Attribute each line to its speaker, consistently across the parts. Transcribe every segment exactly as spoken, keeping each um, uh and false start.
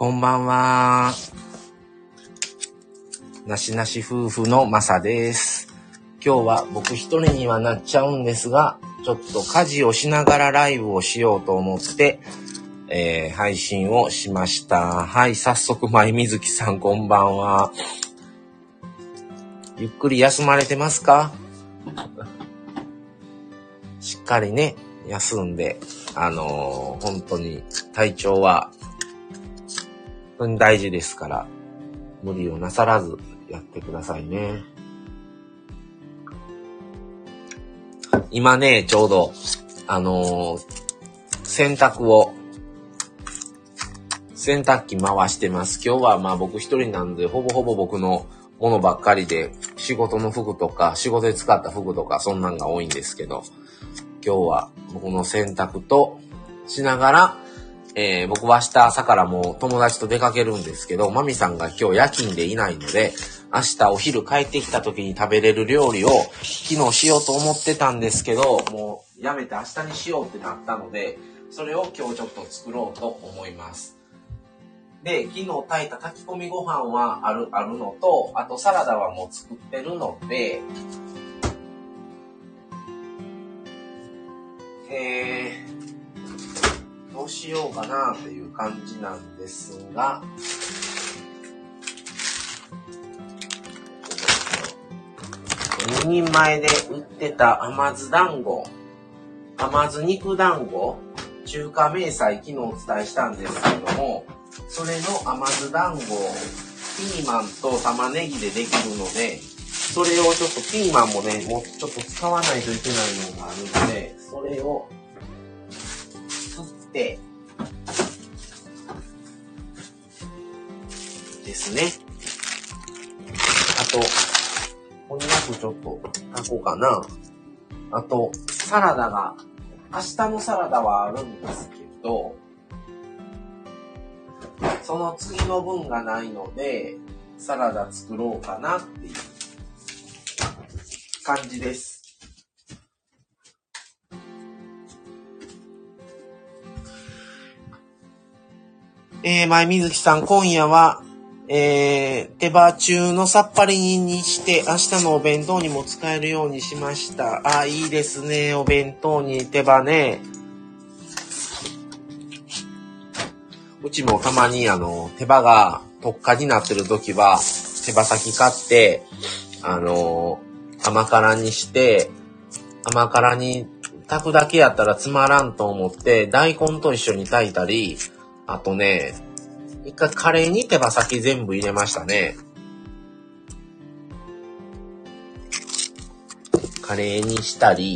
Speaker 1: こんばんは。なしなし夫婦のまさです。今日は僕一人にはなっちゃうんですが、ちょっと家事をしながらライブをしようと思って、えー、配信をしました。はい、早速、まいみずきさんこんばんは。ゆっくり休まれてますか？しっかりね、休んで、あのー、本当に体調は本当に大事ですから、無理をなさらずやってくださいね。今ね、ちょうど、あのー、洗濯を、洗濯機回してます。今日はまあ僕一人なんで、ほぼほぼ僕のものばっかりで、仕事の服とか、仕事で使った服とか、そんなんが多いんですけど、今日は僕の洗濯としながら、えー、僕は明日朝からもう友達と出かけるんですけど、マミさんが今日夜勤でいないので、明日お昼帰ってきた時に食べれる料理を昨日しようと思ってたんですけど、もうやめて明日にしようってなったので、それを今日ちょっと作ろうと思います。で、昨日炊いた炊き込みご飯はある、あるのと、あとサラダはもう作ってるので、えー、どうしようかなっていう感じなんですが、ににんまえで売ってた甘酢団子、甘酢肉団子、中華明細昨日お伝えしたんですけども、それの甘酢団子、ピーマンと玉ねぎでできるので、それをちょっとピーマンもね、もうちょっと使わないといけないのがあるので、それを作ってですね。あと、こんにゃくちょっと炊こうかな。あと、サラダが、明日のサラダはあるんですけど、その次の分がないので、サラダ作ろうかなっていう感じです。えー、前水木さん、今夜は、えー、手羽中のさっぱり煮にして、明日のお弁当にも使えるようにしました。あ、いいですね。お弁当に手羽ね。うちもたまにあの、手羽が特価になってる時は、手羽先買って、あの、甘辛にして、甘辛に炊くだけやったらつまらんと思って、大根と一緒に炊いたり、あとね、一回カレーに手羽先全部入れましたね。カレーにしたり、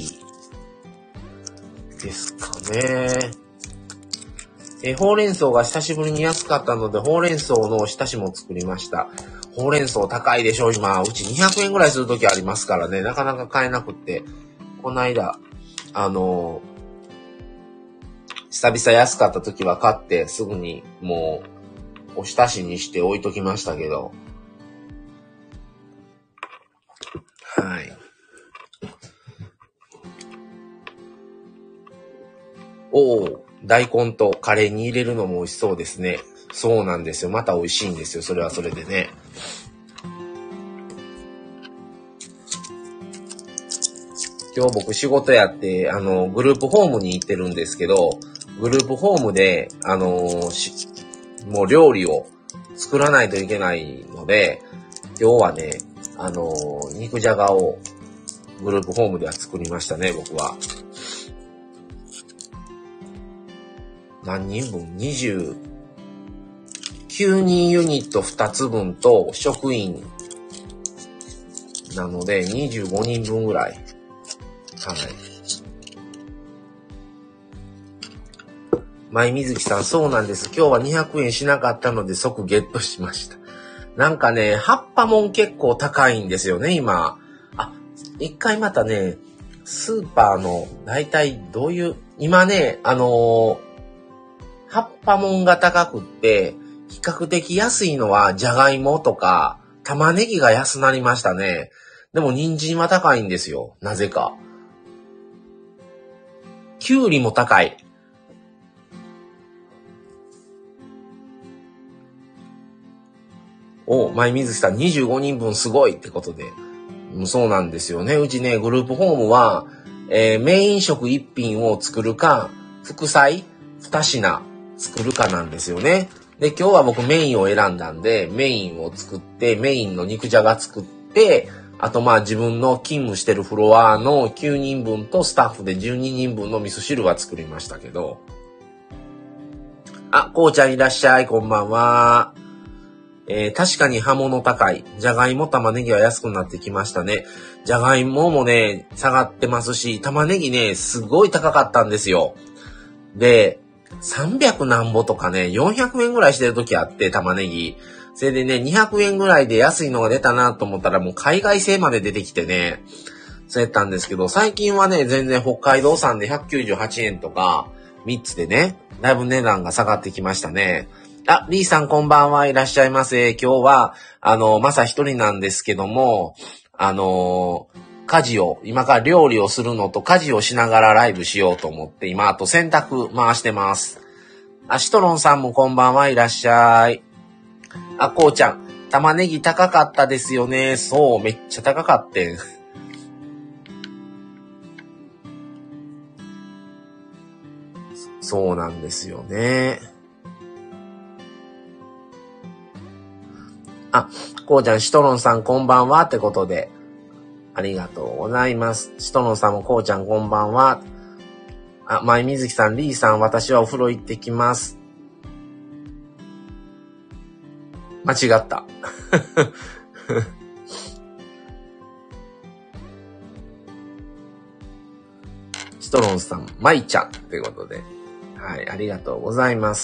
Speaker 1: ですかね。え、ほうれん草が久しぶりに安かったので、ほうれん草のおひたしも作りました。ほうれん草高いでしょ、今。うちにひゃくえんぐらいするときありますからね。なかなか買えなくって。この間、あの、久々安かったときは買って、すぐにもう、おひたしにして置いときましたけど。はい。おー、大根とカレーに入れるのも美味しそうですね。そうなんですよ。また美味しいんですよ。それはそれでね。今日僕仕事やって、あの、グループホームに行ってるんですけど、グループホームで、あの、しもう料理を作らないといけないので、今日はね、あの、肉じゃがをグループホームでは作りましたね、僕は。何人分 ?にじゅうきゅうにんユニットふたつぶんと職員なのでにじゅうごにんぶんぐらい。はい。前水木さん、そうなんです。今日はにひゃくえんしなかったので即ゲットしました。なんかね、葉っぱもん結構高いんですよね、今。あ、一回またね、スーパーのだいたいどういう、今ね、あのー、葉っぱもんが高くって、比較的安いのはじゃがいもとか玉ねぎが安なりましたね。でも人参は高いんですよ。なぜか。きゅうりも高い。 お、前水木さんにじゅうごにんぶんすごいってことで。そうなんですよね。うちね、グループホームは、えー、メイン食いっ品を作るか、副菜に品作るかなんですよね。で、今日は僕メインを選んだんで、メインを作って、メインの肉じゃが作って、あとまあ自分の勤務してるフロアのきゅうにんぶんとスタッフでじゅうににんぶんの味噌汁は作りましたけど。あ、こうちゃんいらっしゃい、こんばんは。えー、確かに葉物高い。じゃがいも玉ねぎは安くなってきましたね。じゃがいももね、下がってますし、玉ねぎね、すごい高かったんですよ。で、さんびゃくなんぼとかね、よんひゃくえんぐらいしてる時あって、玉ねぎ。それでね、にひゃくえんぐらいで安いのが出たなと思ったら、もう海外製まで出てきてね、そうやったんですけど、最近はね、全然北海道産でひゃくきゅうじゅうはちえんとか、みっつでね、だいぶ値段が下がってきましたね。あ、リーさんこんばんはいらっしゃいませ。今日は、あの、まさ一人なんですけども、あの、家事を、今から料理をするのと家事をしながらライブしようと思って、今、あと洗濯回してます。あ、シトロンさんもこんばんはいらっしゃい。あ、こうちゃん、玉ねぎ高かったですよね。そう、めっちゃ高かってん。そうなんですよね。あ、こうちゃん、シトロンさんこんばんはってことで、ありがとうございます。シトロンさんもこうちゃんこんばんは。あ、前水木さん、リーさん、私はお風呂行ってきます。間違った。シトロンさん、マイちゃんってことで、はい、ありがとうございます。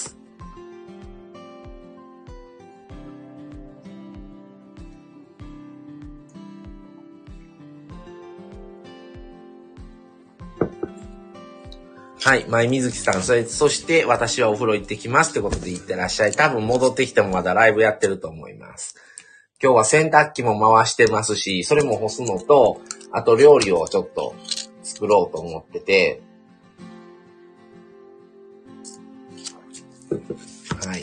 Speaker 1: はい、前水木さん、それ、そして私はお風呂行ってきますってことで言ってらっしゃい。多分戻ってきてもまだライブやってると思います。今日は洗濯機も回してますし、それも干すのと、あと料理をちょっと作ろうと思ってて、はい。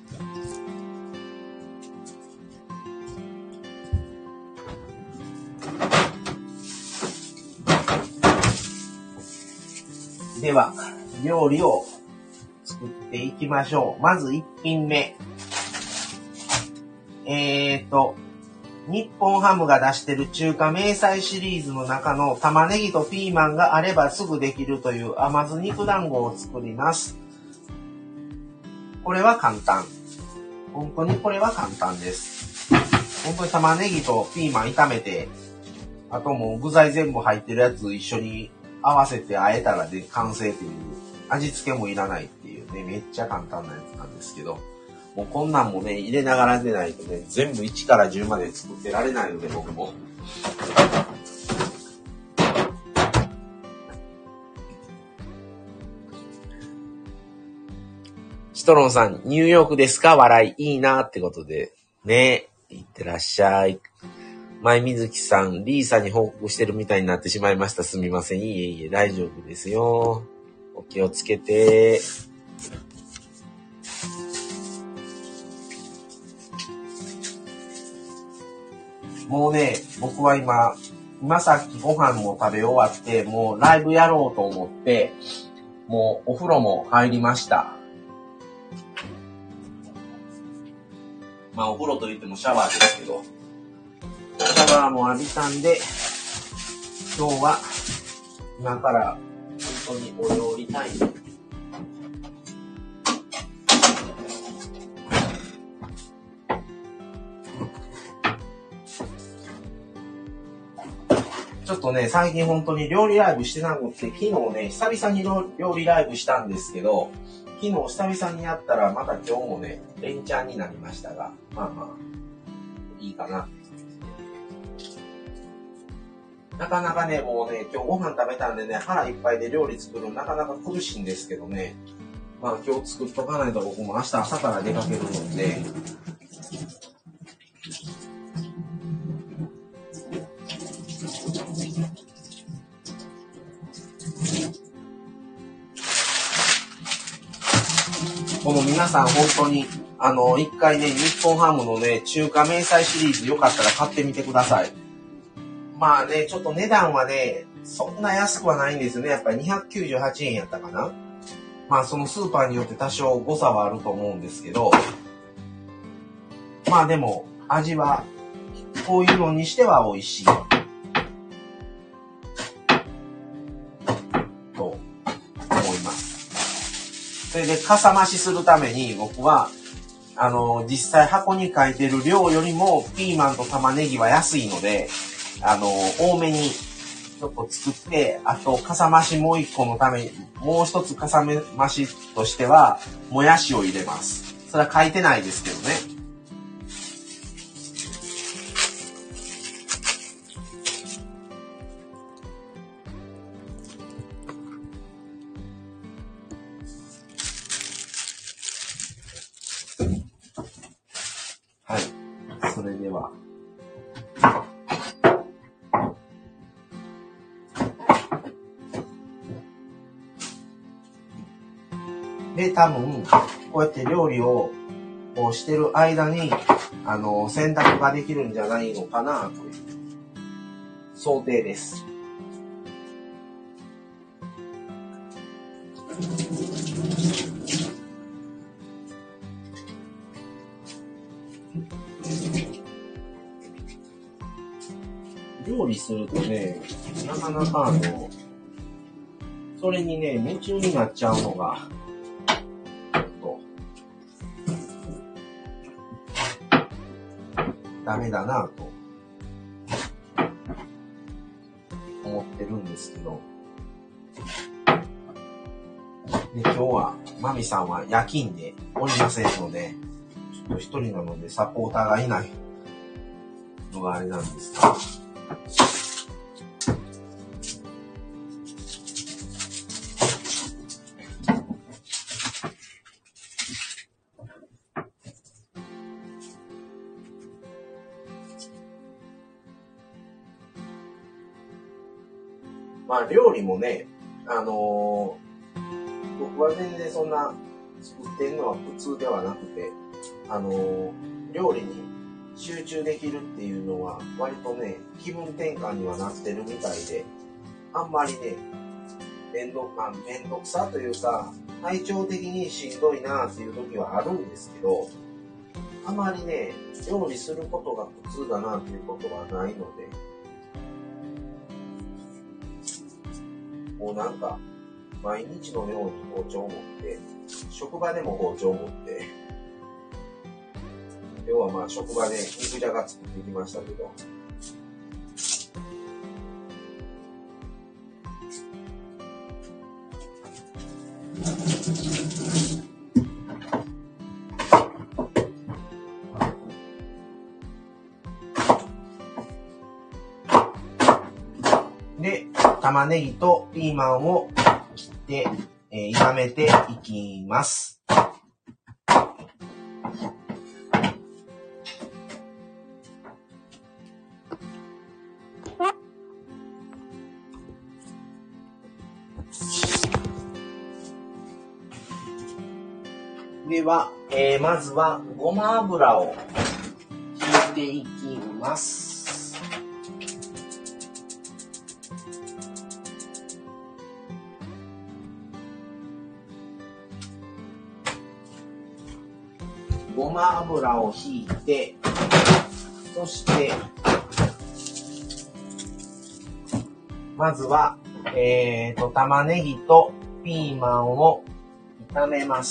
Speaker 1: では、料理を作っていきましょう。まず一品目。えーと、日本ハムが出してる中華明細シリーズの中の玉ねぎとピーマンがあればすぐできるという甘酢肉団子を作ります。これは簡単。本当にこれは簡単です。本当に玉ねぎとピーマン炒めて、あともう具材全部入ってるやつ一緒に合わせて和えたらで完成っていう、味付けもいらないっていうね、めっちゃ簡単なやつなんですけど、もうこんなんもね、入れながらでないとね、全部いちからじゅうまで作ってられないので、僕も。シトロンさん、ニューヨークですか？笑いいいなってことで。ね、いってらっしゃい。前水木さん、リーさんに報告してるみたいになってしまいました。すみません。いえいえ、大丈夫ですよ。お気をつけて。もうね、僕は今、今さっきご飯も食べ終わって、もうライブやろうと思って、もうお風呂も入りました。まあお風呂といってもシャワーですけど、シャワーも浴びたんで、今日は今から本当にお料理タイム。ちょっとね、最近本当に料理ライブしてなくて、昨日ね、久々に料理ライブしたんですけど、昨日久々にやったらまた今日もね、連チャンになりましたが、まあまあ、いいかな。なかなかね、もうね、今日ご飯食べたんでね、腹いっぱいで料理作るのなかなか苦しいんですけどね。まあ今日作っとかないと僕も明日朝から出かけるので、この皆さん本当にあの、一回ね、日本ハムのね、中華明細シリーズよかったら買ってみてください。まあね、ちょっと値段はね、そんな安くはないんですね。やっぱりにひゃくきゅうじゅうはちえんやったかな。まあそのスーパーによって多少誤差はあると思うんですけど、まあでも味はこういうのにしては美味しいと思います。それでかさ増しするために僕はあの実際箱に書いてる量よりもピーマンと玉ねぎは安いので、あの多めにちょっと作って、あとかさ増しもう一個のためにもう一つかさ増しとしてはもやしを入れます。それは書いてないですけどね。はい、それでは。で、多分、こうやって料理をこうしてる間に、あの、洗濯ができるんじゃないのかな、という想定です。料理するとね、なかなかあの、それにね、夢中になっちゃうのが、ちょっと、ダメだなと、思ってるんですけど。で、今日は、マミさんは夜勤でおりませんので、ちょっと一人なのでサポーターがいないのがあれなんですが。まあ料理もね、あのー、僕は全然そんな作ってるのは普通ではなくて、あのー、料理に集中できるっていうのは割とね、気分転換にはなってるみたいで、あんまりね、めんど、まあ、めんどくさというか、体調的にしんどいなっていう時はあるんですけど、あまりね、料理することが普通だなっていうことはないので、もうなんか、毎日のように包丁を持って、職場でも包丁を持って、要はまあ職場で肉じゃが作ってきましたけど、で、玉ねぎとピーマンを切って、えー、炒めていきます。では、えー、まずはごま油を引いていきます。ごま油を引いて、そして、まずは、えーと、玉ねぎとピーマンを炒めます。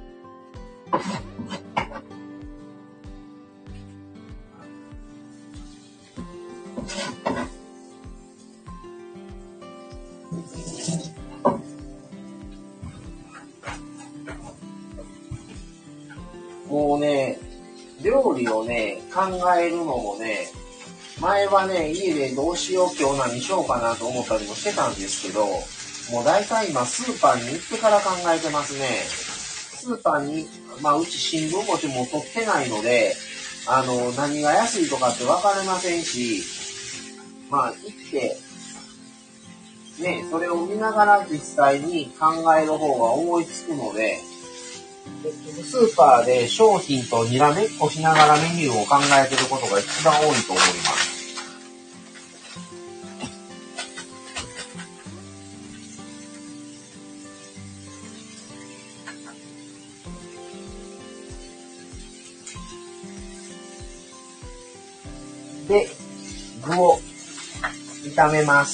Speaker 1: もうね、料理をね、考えるのもね、前はね、家でどうしよう今日何しようかなと思ったりもしてたんですけど、もう大体今スーパーに行ってから考えてますね。スーパーに、まあうち新聞もちも取ってないので、あの、何が安いとかって分かりませんし、まあ行って、ね、それを見ながら実際に考える方が思いつくので、 結局スーパーで商品とにらめっこしながらメニューを考えてることが一番多いと思います。で、具を炒めます。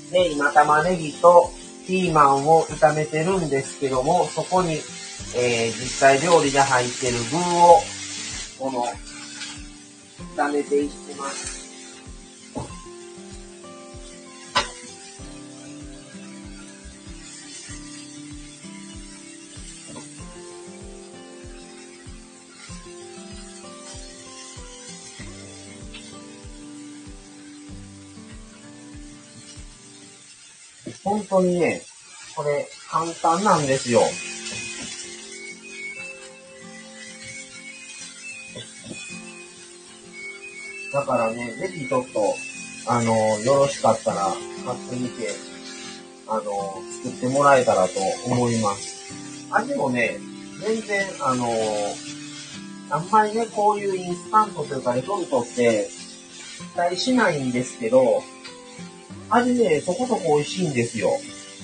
Speaker 1: で、今玉ねぎとピーマンを炒めてるんですけども、そこに、えー、実際料理で入ってる具を、この、炒めていきます。本当にね、これ簡単なんですよ。だからね、ぜひちょっと、あの、よろしかったら買ってみて、あの、作ってもらえたらと思います。味もね、全然、あの、あんまりね、こういうインスタントというかレトルトって期待しないんですけど、味ね、そこそこ美味しいんですよ。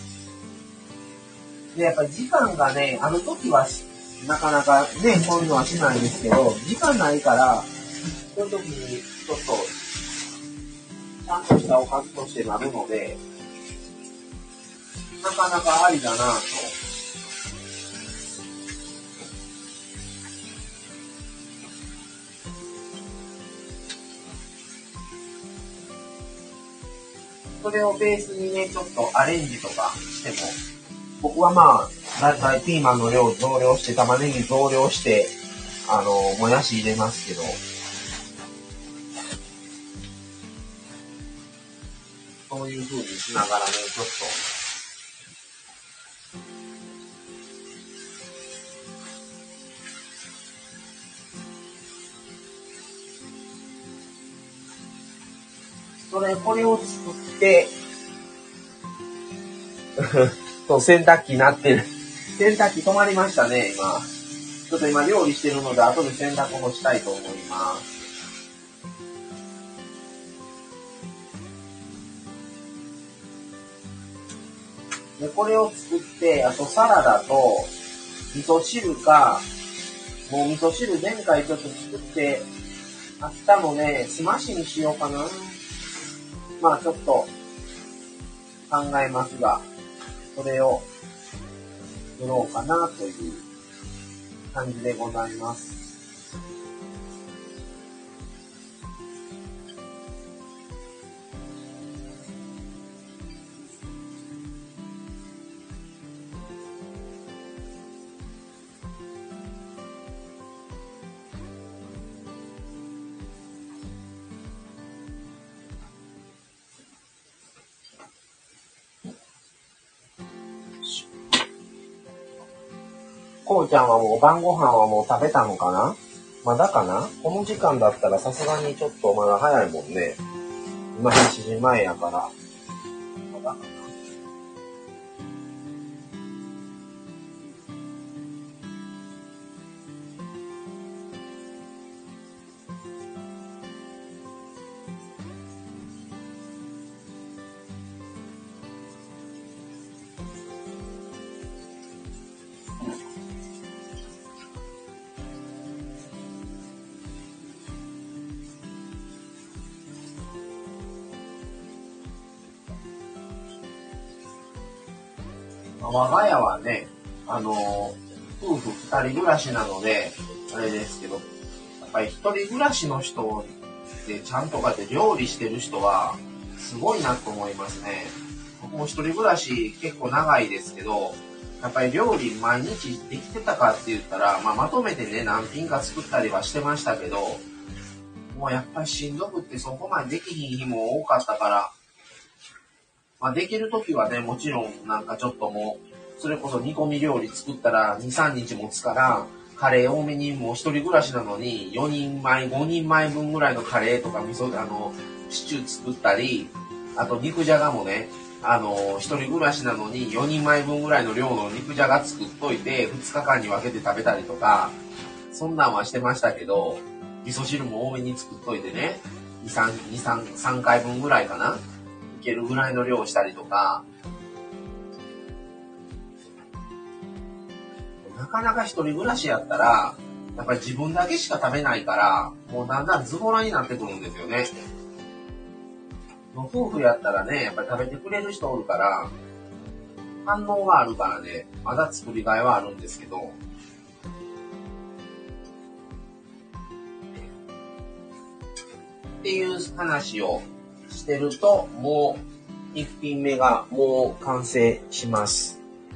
Speaker 1: で、やっぱり時間がね、あるときはなかなかね、そういうのはしないんですけど、時間ないから、そういうときにちょっと、ちゃんとしたおかずとしてなるので、なかなかありだなぁと。それをベースにね、ちょっとアレンジとかしても、僕はまあ、だいたいピーマンの量増量して、玉ねぎ増量して、あの、もやし入れますけど、そういう風にしながらね、ちょっと、それ、これを作って、そう、洗濯機なってる。洗濯機止まりましたね、今。ちょっと今料理してるので、後で洗濯もしたいと思います。で、これを作って、あとサラダと、味噌汁か、もう味噌汁前回ちょっと作って、あったので、すましにしようかな。まあちょっと、考えますが、それを、作ろうかなという感じでございます。こうちゃんはもう晩ご飯はもう食べたのかな？まだかな？この時間だったらさすがにちょっとまだ早いもんね。今しちじまえやから。まだかな？我が家はね、あのー、夫婦二人暮らしなので、あれですけど、やっぱり一人暮らしの人でちゃんとかって料理してる人は、すごいなと思いますね。僕も一人暮らし結構長いですけど、やっぱり料理毎日できてたかって言ったら、まあ、まとめてね、何品か作ったりはしてましたけど、もうやっぱりしんどくってそこまでできひん日も多かったから、まあ、できるときはね、もちろんなんかちょっともう、それこそ煮込み料理作ったらに、さんにち持つから、カレー多めにもう一人暮らしなのに、よにんまえ、ごにんまえぶんぐらいのカレーとか味噌、あの、シチュー作ったり、あと肉じゃがもね、 あの、一人暮らしなのによにんまえぶんぐらいの量の肉じゃが作っといて、ふつかかんに分けて食べたりとか、そんなんはしてましたけど、味噌汁も多めに作っといてね、に、さん、に、さん、さんかいぶんぐらいかな、いけるぐらいの量をしたりとか、なかなか一人暮らしやったら、やっぱり自分だけしか食べないから、もうだんだんズボラになってくるんですよね。夫婦やったらね、やっぱり食べてくれる人おるから、反応があるからね、まだ作りがいはあるんですけど、っていう話をしてると、もう一品目がもう完成します。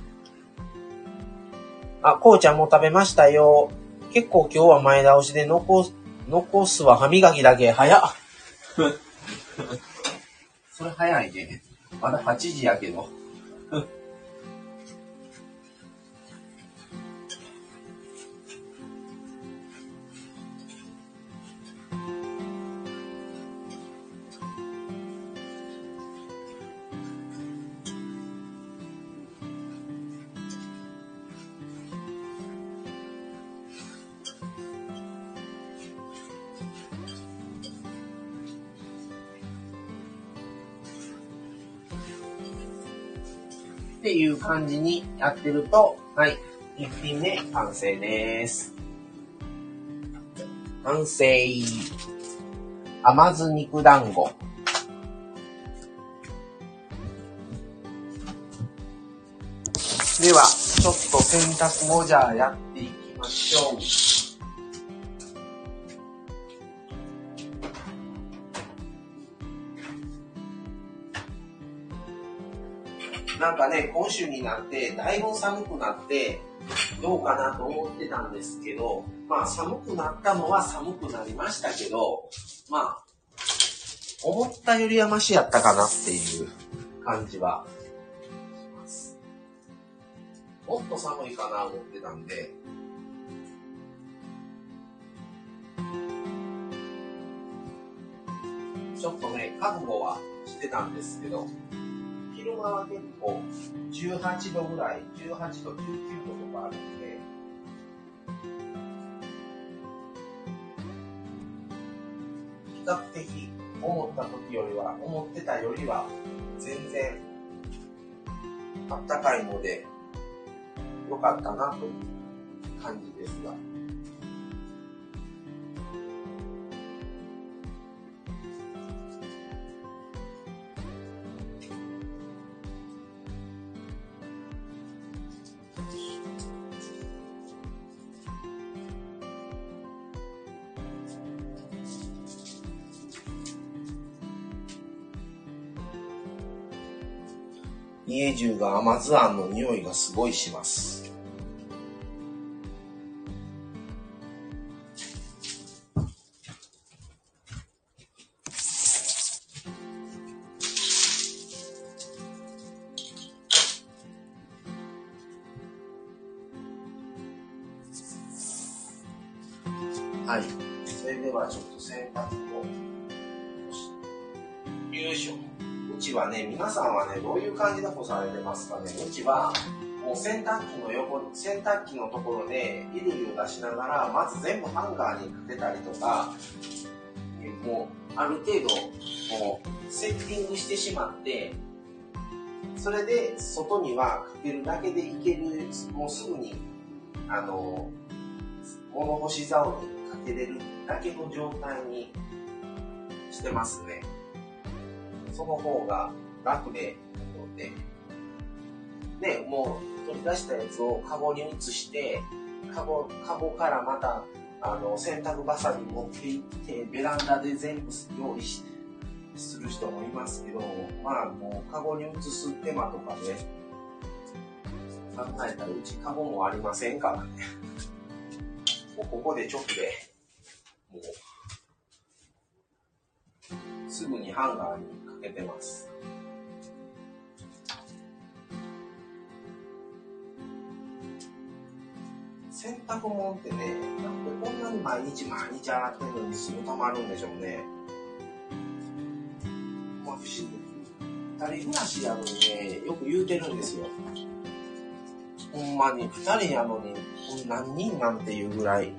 Speaker 1: あ、こうちゃんも食べましたよ。結構今日は前倒しで残す、残すは歯磨きだけ。早っ。それ早いね。まだはちじやけど。っていう感じにやってると、はい、一品目完成です。完成。甘酢肉団子。では、ちょっと洗濯もじゃあやっていきましょう。なんかね、今週になってだいぶ寒くなってどうかなと思ってたんですけど、まあ寒くなったのは寒くなりましたけど、まあ思ったよりはマシやったかなっていう感じはします。もっと寒いかな思ってたんで、ちょっとね覚悟はしてたんですけど、昼間は結構じゅうはちどぐらい、じゅうはちど、じゅうきゅうどとかあるんで、比較的思った時よりは、思ってたよりは全然あったかいので良かったなという感じですが。家中が甘酢あんの匂いがすごいします。はい。それではちょっと洗濯を。よいしょ。うちはね、皆さんはね、どういう感じで干されてますかね。うちは、もう洗濯機の横、洗濯機のところで衣類を出しながら、まず全部ハンガーにかけたりとか、もう、ある程度、もう、セッティングしてしまって、それで、外にはかけるだけでいける、もうすぐに、あの、物干し竿にかけれるだけの状態にしてますね。その方が楽でいいので、ね、もう取り出したやつをカゴに移して、カゴ、カゴからまた、あの、洗濯バサミ持って行って、ベランダで全部用意し、する人もいますけど、まあもうカゴに移す手間とかね、考えたらうちカゴもありませんからね。もうここで直で、もう、すぐにハンガーにかけてます。洗濯物ってね、なんでこんなに毎日毎日洗ってるのにすぐ溜まるんでしょうね。まあ不思議。 二人暮らしやのにね、よく言うてるんですよ。ほんまに、二人やのに何人なんていうぐらい、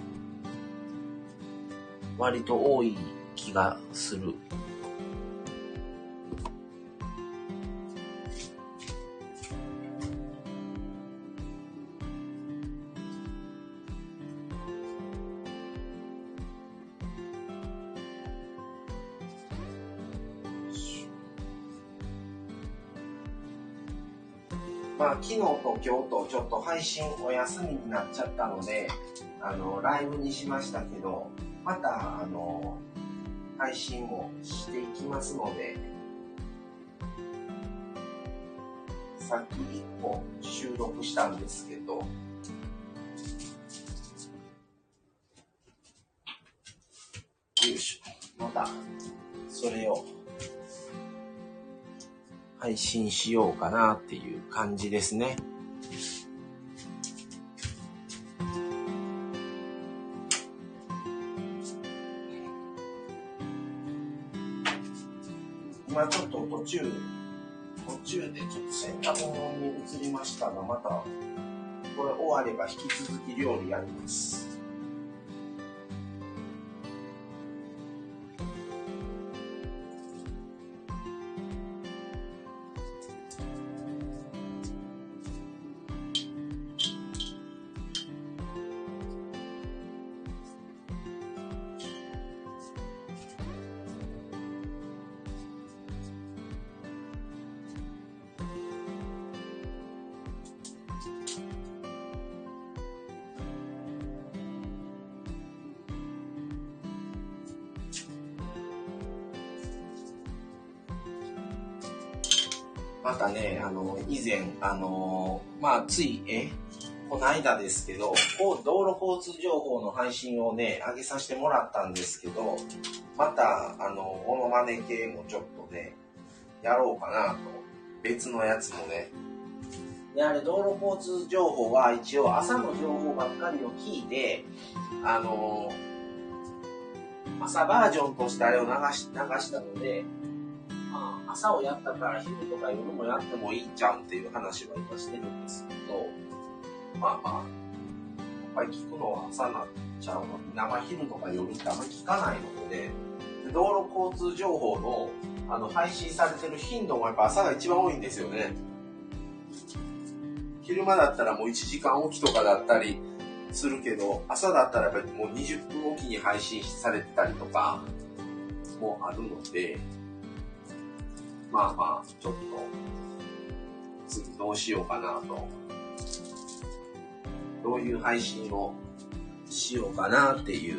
Speaker 1: 割と多い気がする。まあ、昨日と今日とちょっと配信お休みになっちゃったので、あの、ライブにしましたけど、また、あの、配信もしていきますので、さっきいっこ収録したんですけど、よいしょ。また、それを、配信しようかなっていう感じですね。今ちょっと途中、途中でちょっと洗濯物に移りましたが、またこれ終われば引き続き料理やります。またね、あの、以前、あの、まあ、つい、え、この間ですけど、こう道路交通情報の配信をね、上げさせてもらったんですけど、また、あの、モノマネ系もちょっとね、やろうかなと。別のやつもね。で、あれ、道路交通情報は一応朝の情報ばっかりを聞いて、あの、朝バージョンとしてあれを流し、流したので、朝をやったから昼とか夜もやってもいいんちゃうんっていう話は今してるんですけど、まあまあ、やっぱり聞くのは朝になっちゃうので、生昼とか夜ってあんまり聞かないので、で道路交通情報のあの配信されてる頻度もやっぱ朝が一番多いんですよね。昼間だったらもういちじかんおきとかだったりするけど、朝だったらやっぱりもうにじゅっぷんおきに配信されてたりとかもあるので、まあまあ、ちょっと、次どうしようかなと。どういう配信をしようかなっていう。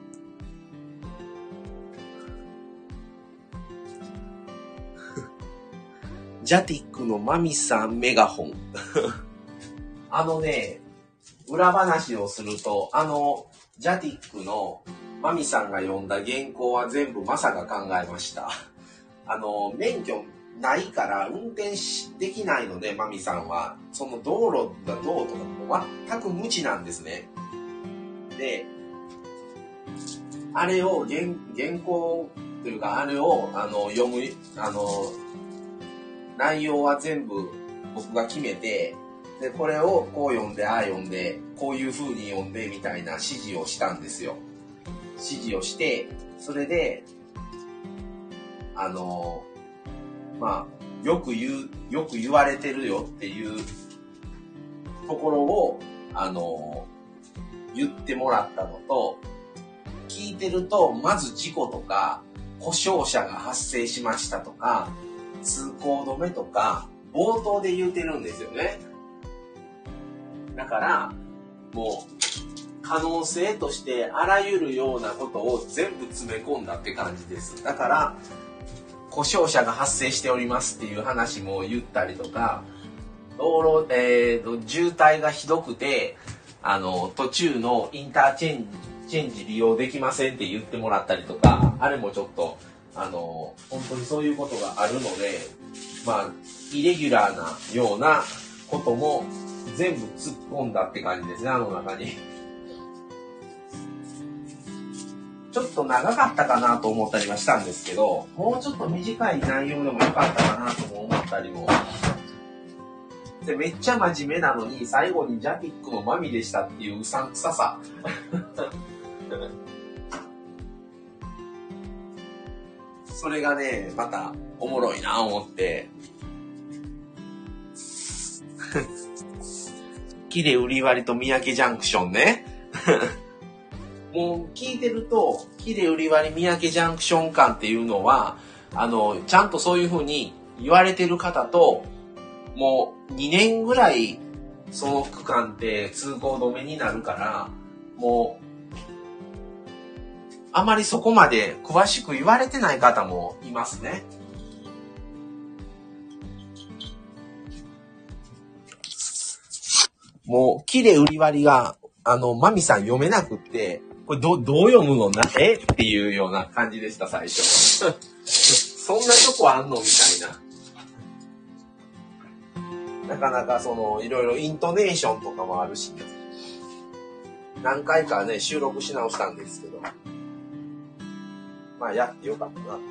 Speaker 1: ジャティックのマミさんメガホン。あのね、裏話をすると、あの、ジャティックのマミさんが読んだ原稿は全部マサが考えました。あの、免許ないから運転しできないので、マミさんは、その道路がどうとか全く無知なんですね。で、あれを原、原稿というか、あれをあの読む、あの、内容は全部僕が決めて、で、これをこう読んで、ああ読んで、こういう風に読んで、みたいな指示をしたんですよ。指示をして、それで、あの、まあ、よく言う、よく言われてるよっていうところを、あの、言ってもらったのと、聞いてると、まず事故とか、故障車が発生しましたとか、通行止めとか、冒頭で言うてるんですよね。だから、もう、可能性としてあらゆるようなことを全部詰め込んだって感じです。だから、故障車が発生しておりますっていう話も言ったりとか、道路、えーと、渋滞がひどくて、あの、途中のインターチェンジ、チェンジ利用できませんって言ってもらったりとか、あれもちょっと、あの、本当にそういうことがあるので、まあ、イレギュラーなようなことも全部突っ込んだって感じですね、あの中に。 ちょっと長かったかなと思ったりはしたんですけど、もうちょっと短い内容でもよかったかなとも思ったりも。で、めっちゃ真面目なのに、最後にジャピックのマミでしたっていううさんくささ。それがね、またおもろいな思って。木で売り割りと三宅ジャンクションね。もう聞いてると、木で売り割り三宅ジャンクション間っていうのは、あの、ちゃんとそういう風に言われてる方と、もうにねんぐらいその区間って通行止めになるから、もう、あまりそこまで詳しく言われてない方もいますね。もう、木で売り割りが、あの、マミさん読めなくって、これど、どう読むのな、えっていうような感じでした、最初。そんなとこあんのみたいな。なかなかその、いろいろイントネーションとかもあるし、ね、何回かね、収録し直したんですけど、まあ、やってよかったな。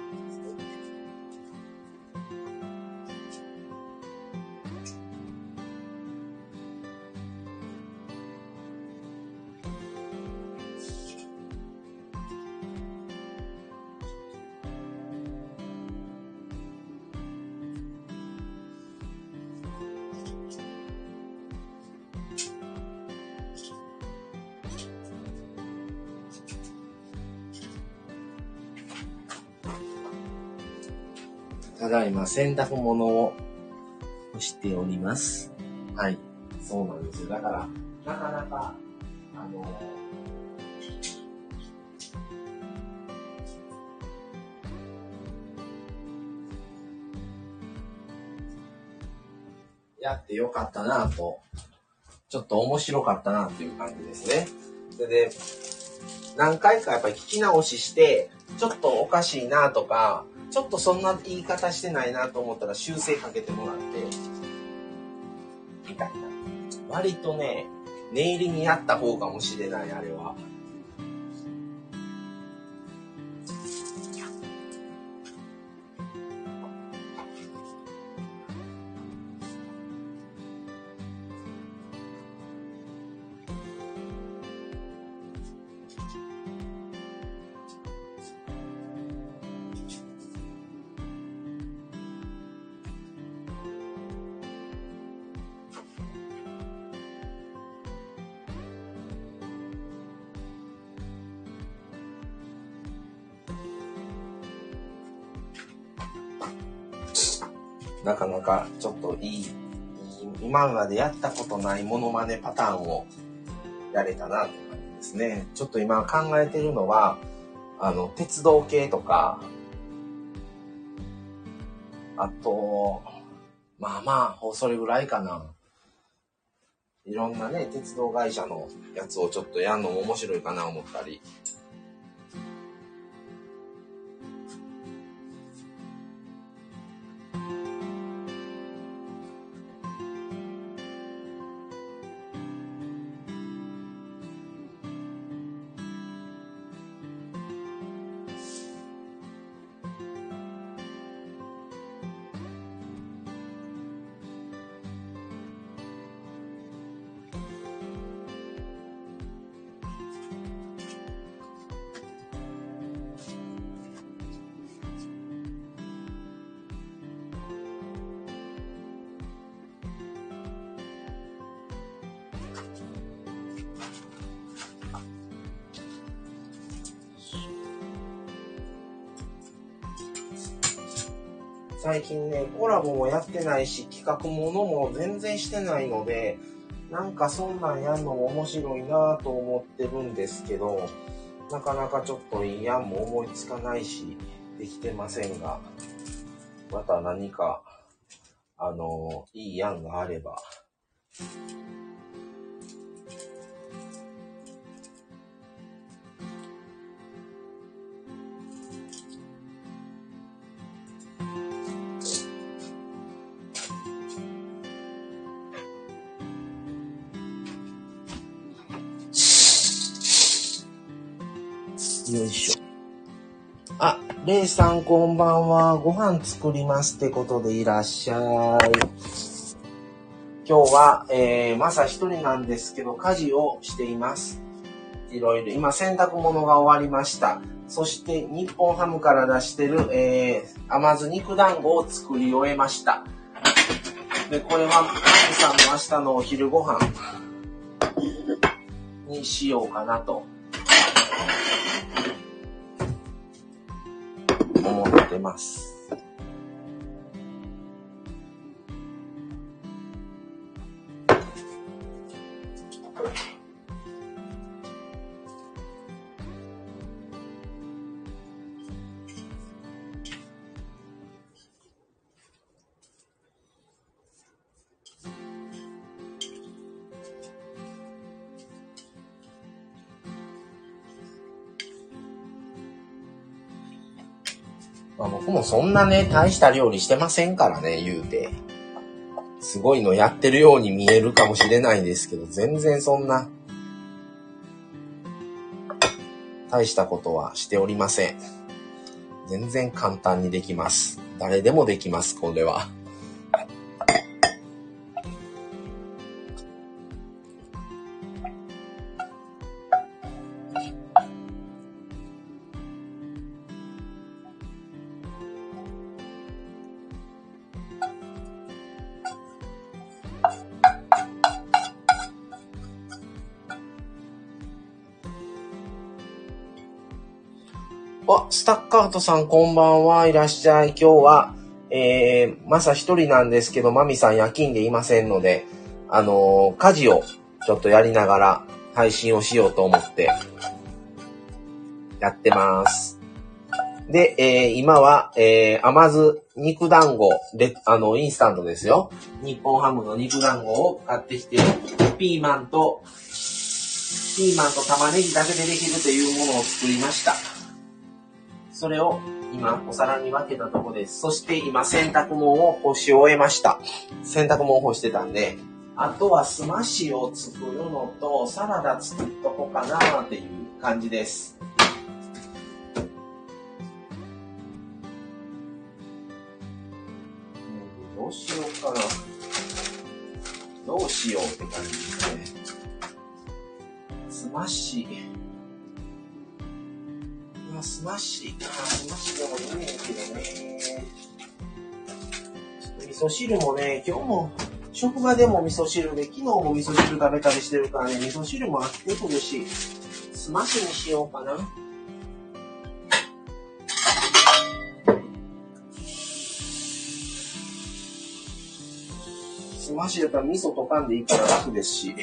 Speaker 1: ただいま洗濯物を干しております。はい。そうなんですよ。だから、なかなか、あのー、やってよかったなぁと、ちょっと面白かったなっていう感じですね。それで、何回かやっぱり聞き直しして、ちょっとおかしいなとか、ちょっとそんな言い方してないなと思ったら修正かけてもらって、みたいな。割とね、念入りにやった方かもしれない、あれは。なかなかちょっといい、今までやったことないモノマネパターンをやれたなって感じですね。ちょっと今考えてるのは、あの、鉄道系とか、あと、まあまあ、それぐらいかな。いろんなね、鉄道会社のやつをちょっとやるのも面白いかな思ったり。最近ね、コラボもやってないし、企画ものも全然してないので、なんかそんなんやんのも面白いなと思ってるんですけど、なかなかちょっといい案も思いつかないし、できてませんが、また何か、あの、いい案があれば、 よいしょ。あ、レイさんこんばんは。ご飯作りますってことでいらっしゃい。今日は、えー、まさ一人なんですけど、家事をしています。いろいろ。今、洗濯物が終わりました。そして、日本ハムから出してる、えー、甘酢肉団子を作り終えました。で、これは、マミさんの明日のお昼ご飯にしようかなと思ってます。まあ、僕もそんなね、大した料理してませんからね、言うて。すごいのやってるように見えるかもしれないんですけど、全然そんな、大したことはしておりません。全然簡単にできます。誰でもできます、これは。あ、スタッカートさんこんばんは。いらっしゃい。今日は、えー、まさ一人なんですけど、マミさん夜勤でいませんので、あのー、家事をちょっとやりながら配信をしようと思って、やってます。で、えー、今は、えー、甘酢肉団子で、あの、インスタントですよ。日本ハムの肉団子を買ってきて、ピーマンと、ピーマンと玉ねぎだけでできるというものを作りました。それを今お皿に分けたところです。そして今洗濯物を干し終えました。洗濯物を干してたんで、あとはスマッシュを作るのとサラダ作っとこうかなっていう感じです。どうしようかな。どうしようって感じですね。スマッシュ。スマッシーか、スマッシーでもいいねんけどね。ちょっと味噌汁もね、今日も職場でも味噌汁で、昨日も味噌汁食べたりしてるからね、味噌汁も飽きてくるし、スマッシュにしようかな。スマッシュだったら味噌とかんでいいから楽ですし。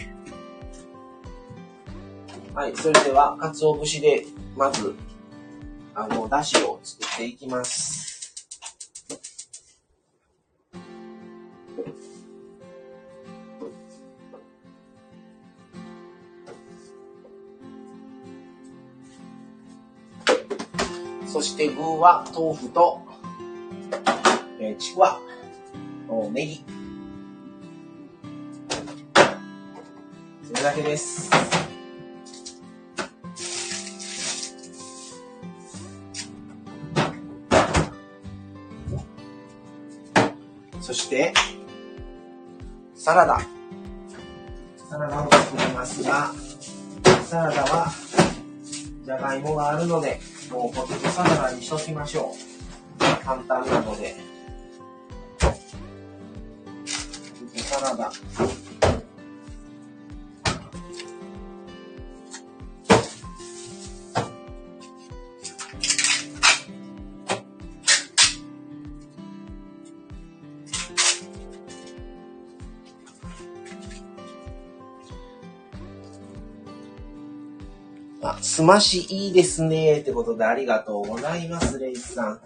Speaker 1: はい、それでは、鰹節で、まず、あの、だしを作っていきます。そして具は豆腐と、えー、ちくわ、ネギ。それだけです。そして、サラダ。サラダを作りますが、サラダは、じゃがいもがあるので、もうポテトサラダにしときましょう。簡単なので。ポテトサラダ。あ、すましいいですねってことでありがとうございます、レイスさん。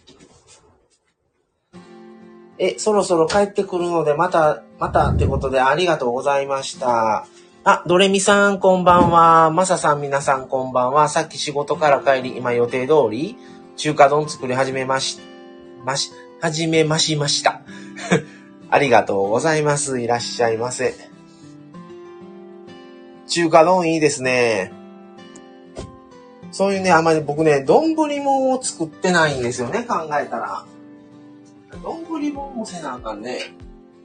Speaker 1: え、そろそろ帰ってくるので、また、またってことでありがとうございました。あ、ドレミさんこんばんは。マサさん皆さんこんばんは。さっき仕事から帰り、今予定通り、中華丼作り始めまし、まし、始めましました。ありがとうございます。いらっしゃいませ。中華丼いいですね。 そういうね、あまり僕ね、丼もんを作ってないんですよね、考えたら。丼もんもせなあかんね。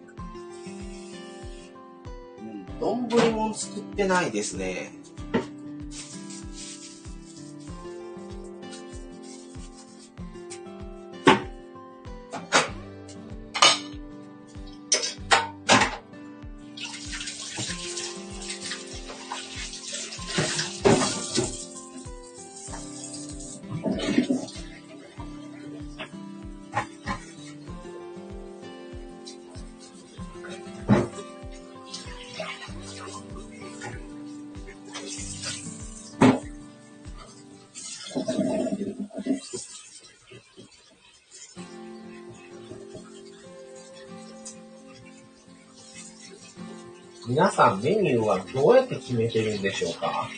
Speaker 1: うん、丼もん作ってないですね。皆さんメニューはどうやって決めてるんでしょうか？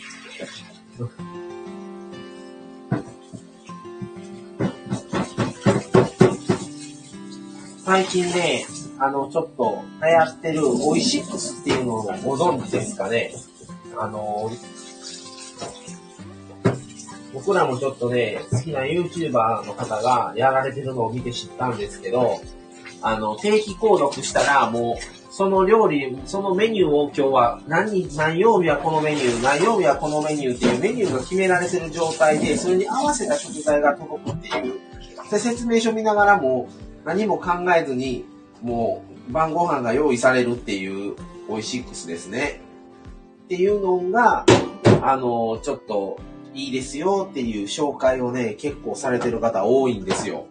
Speaker 1: 最近ね、あの、ちょっと流行ってるオイシックスっていうのをご存知ですかね？あの、僕らもちょっとね、好きな YouTuber の方がやられてるのを見て知ったんですけど、あの、定期購読したらもう、その料理、そのメニューを今日は何、何曜日はこのメニュー、何曜日はこのメニューっていうメニューが決められてる状態で、それに合わせた食材が届くっていう。で、説明書見ながらも何も考えずに、もう晩ご飯が用意されるっていうオイシックスですね。っていうのが、あの、ちょっといいですよっていう紹介をね、結構されてる方多いんですよ。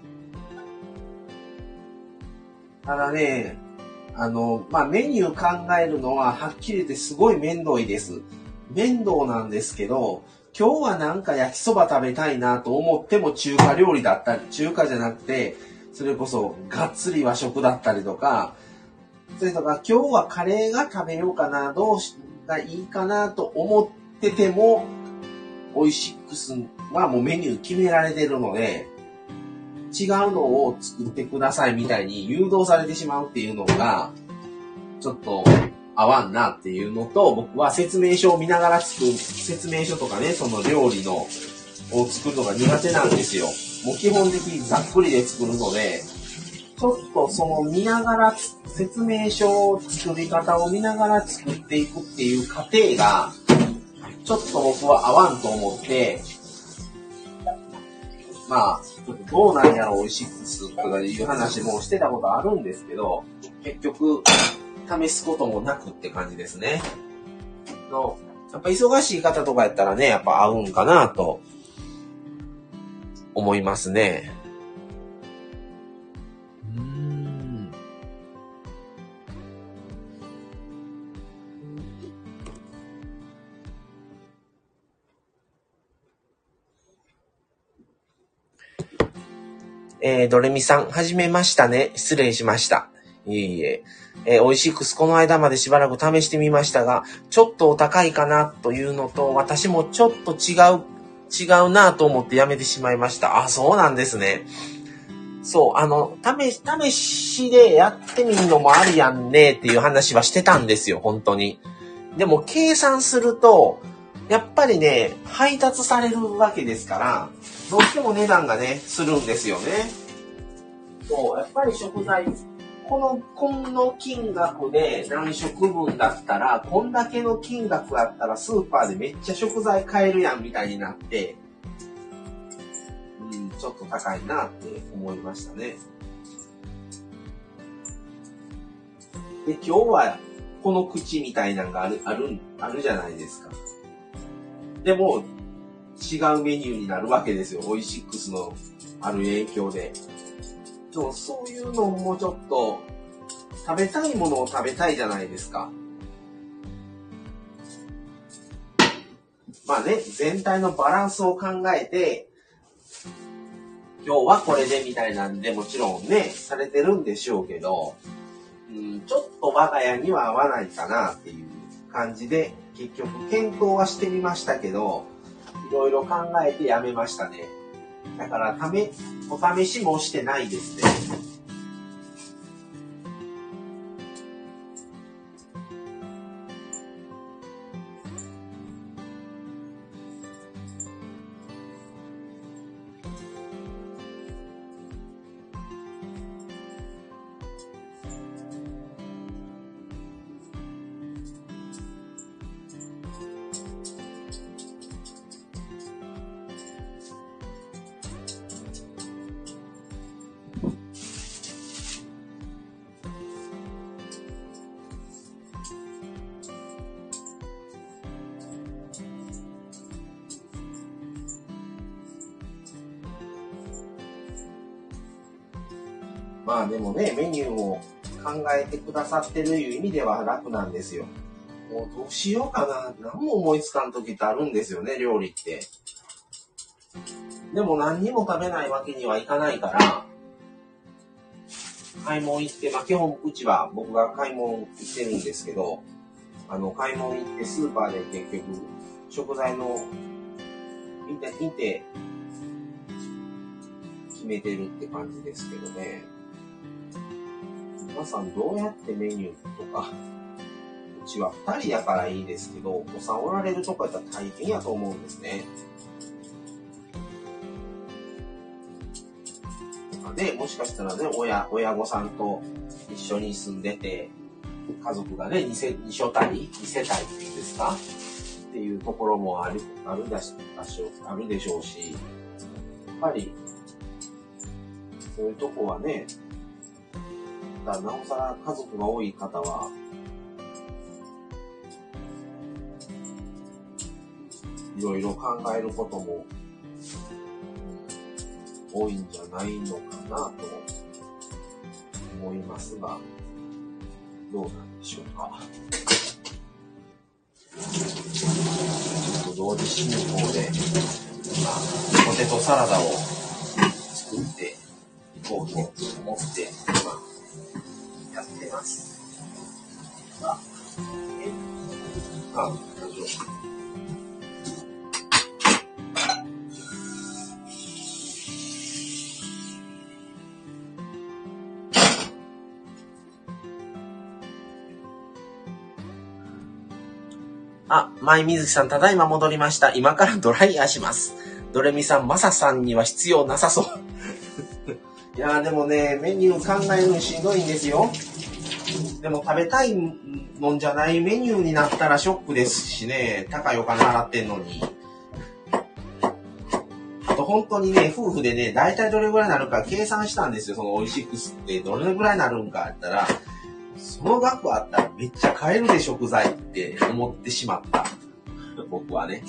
Speaker 1: ただね、あの、まあ、メニュー考えるのははっきり言ってすごい面倒いです。面倒なんですけど、今日はなんか焼きそば食べたいなと思っても中華料理だったり、中華じゃなくて、それこそがっつり和食だったりとか、それとか今日はカレーが食べようかな、どうしたらいいかなと思ってても、オイシックスはもうメニュー決められてるので、違うのを作ってくださいみたいに誘導されてしまうっていうのが、ちょっと合わんなっていうのと、僕は説明書を見ながら作る、説明書とかね、その料理の、を作るのが苦手なんですよ。もう基本的にざっくりで作るので、ちょっとその見ながら、説明書を作り方を見ながら作っていくっていう過程が、ちょっと僕は合わんと思って、まあ、どうなんやろ、オイシックスとかいう話もしてたことあるんですけど、結局、試すこともなくって感じですね。の、やっぱ忙しい方とかやったらね、やっぱ合うんかなと思いますね。うーん。えー、ドレミさん、はじめましたね。失礼しました。いえいえ。えー、オイシックスこの間までしばらく試してみましたが、ちょっとお高いかなというのと、私もちょっと違う、違うなと思ってやめてしまいました。あ、そうなんですね。そう、あの、試し、試しでやってみるのもありやんねっていう話はしてたんですよ、本当に。でも計算すると、やっぱりね、配達されるわけですから、どうしても値段がね、するんですよね。そう、やっぱり食材、この、この金額で何食分だったら、こんだけの金額だったらスーパーでめっちゃ食材買えるやんみたいになって、うん、ちょっと高いなって思いましたね。で、今日はこの口みたいなのがある、ある、あるじゃないですか。でも、違うメニューになるわけですよ。オイシックスのある影響で。そう、そういうのもちょっと、食べたいものを食べたいじゃないですか。まあね、全体のバランスを考えて、今日はこれでみたいなんでもちろんね、されてるんでしょうけど、うん、ちょっと我が家には合わないかなっていう感じで、結局検討はしてみましたけど、いろいろ考えてやめましたね。だから、ため、お試しもしてないですね。 まあでもね、メニューを考えてくださってるいう意味では楽なんですよ。もうどうしようかな。何も思いつかん時ってあるんですよね、料理って。でも何にも食べないわけにはいかないから、買い物行って、まあ基本うちは僕が買い物行ってるんですけど、あの買い物行ってスーパーで結局食材の見て、見て決めてるって感じですけどね。皆さんどうやってメニューとか、うちはふたりやからいいですけど、お子さんおられるとこやったら大変やと思うんですね。で、もしかしたらね、親、親御さんと一緒に住んでて、家族がね、二世、二所帯、二世帯っていうんですかっていうところもある、あるだし、あるでしょうし、やっぱり、そういうとこはね、だなおさら家族が多い方は、いろいろ考えることも多いんじゃないのかなと思いますが、どうなんでしょうか。ちょっと同時進行で、今、ポテトサラダを作っていこうと思って今やってます。あ、え、あ、大丈夫。あ、前水木さん、ただいま戻りました。今からドライヤーします。ドレミさん、マサさんには必要なさそう。いやーでもね、メニュー考えるのしんどいんですよ。でも食べたいもんじゃないメニューになったらショックですしね、高いお金払ってんのに。あと本当にね、夫婦でね、だいたいどれぐらいになるか計算したんですよ。そのオイシックスってどれぐらいになるんかやったら、その額あったらめっちゃ買えるで食材って思ってしまった。僕はね。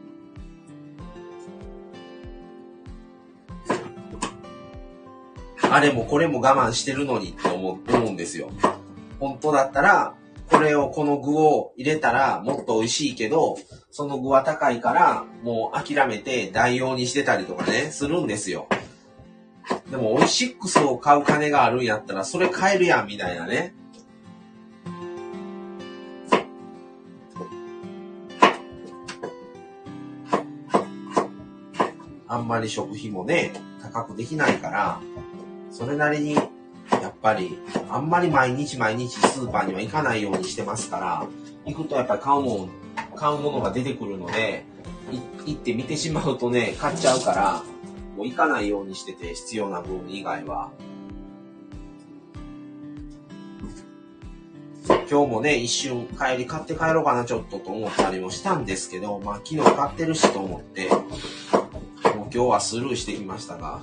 Speaker 1: あれもこれも我慢してるのにって思うんですよ。本当だったら、これを、この具を入れたらもっと美味しいけど、その具は高いからもう諦めて代用にしてたりとかね、するんですよ。でもオイシックスを買う金があるんやったらそれ買えるやんみたいなね。あんまり食費もね、高くできないから、それなりに、やっぱり、あんまり毎日毎日スーパーには行かないようにしてますから、行くとやっぱり買うもん、買うものが出てくるので、行って見てしまうとね、買っちゃうから、もう行かないようにしてて、必要な分以外は。今日もね、一瞬帰り買って帰ろうかなちょっとと思ったりもしたんですけど、まあ昨日買ってるしと思って、もう今日はスルーしてきましたが。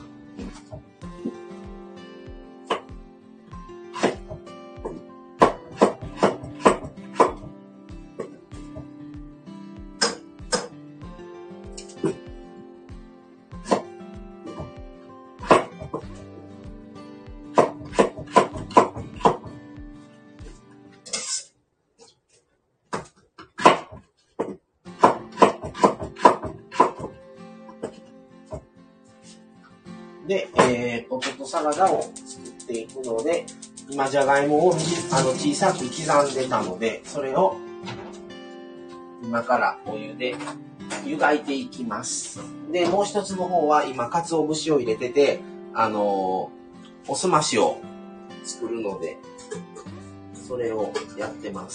Speaker 1: で、えー、ポテトサラダを作っていくので、今じゃがいもをあの小さく刻んでたので、それを今からお湯で湯がいていきます。で、もう一つの方は今鰹節を入れてて、あのー、おすましを作るので、それをやってます。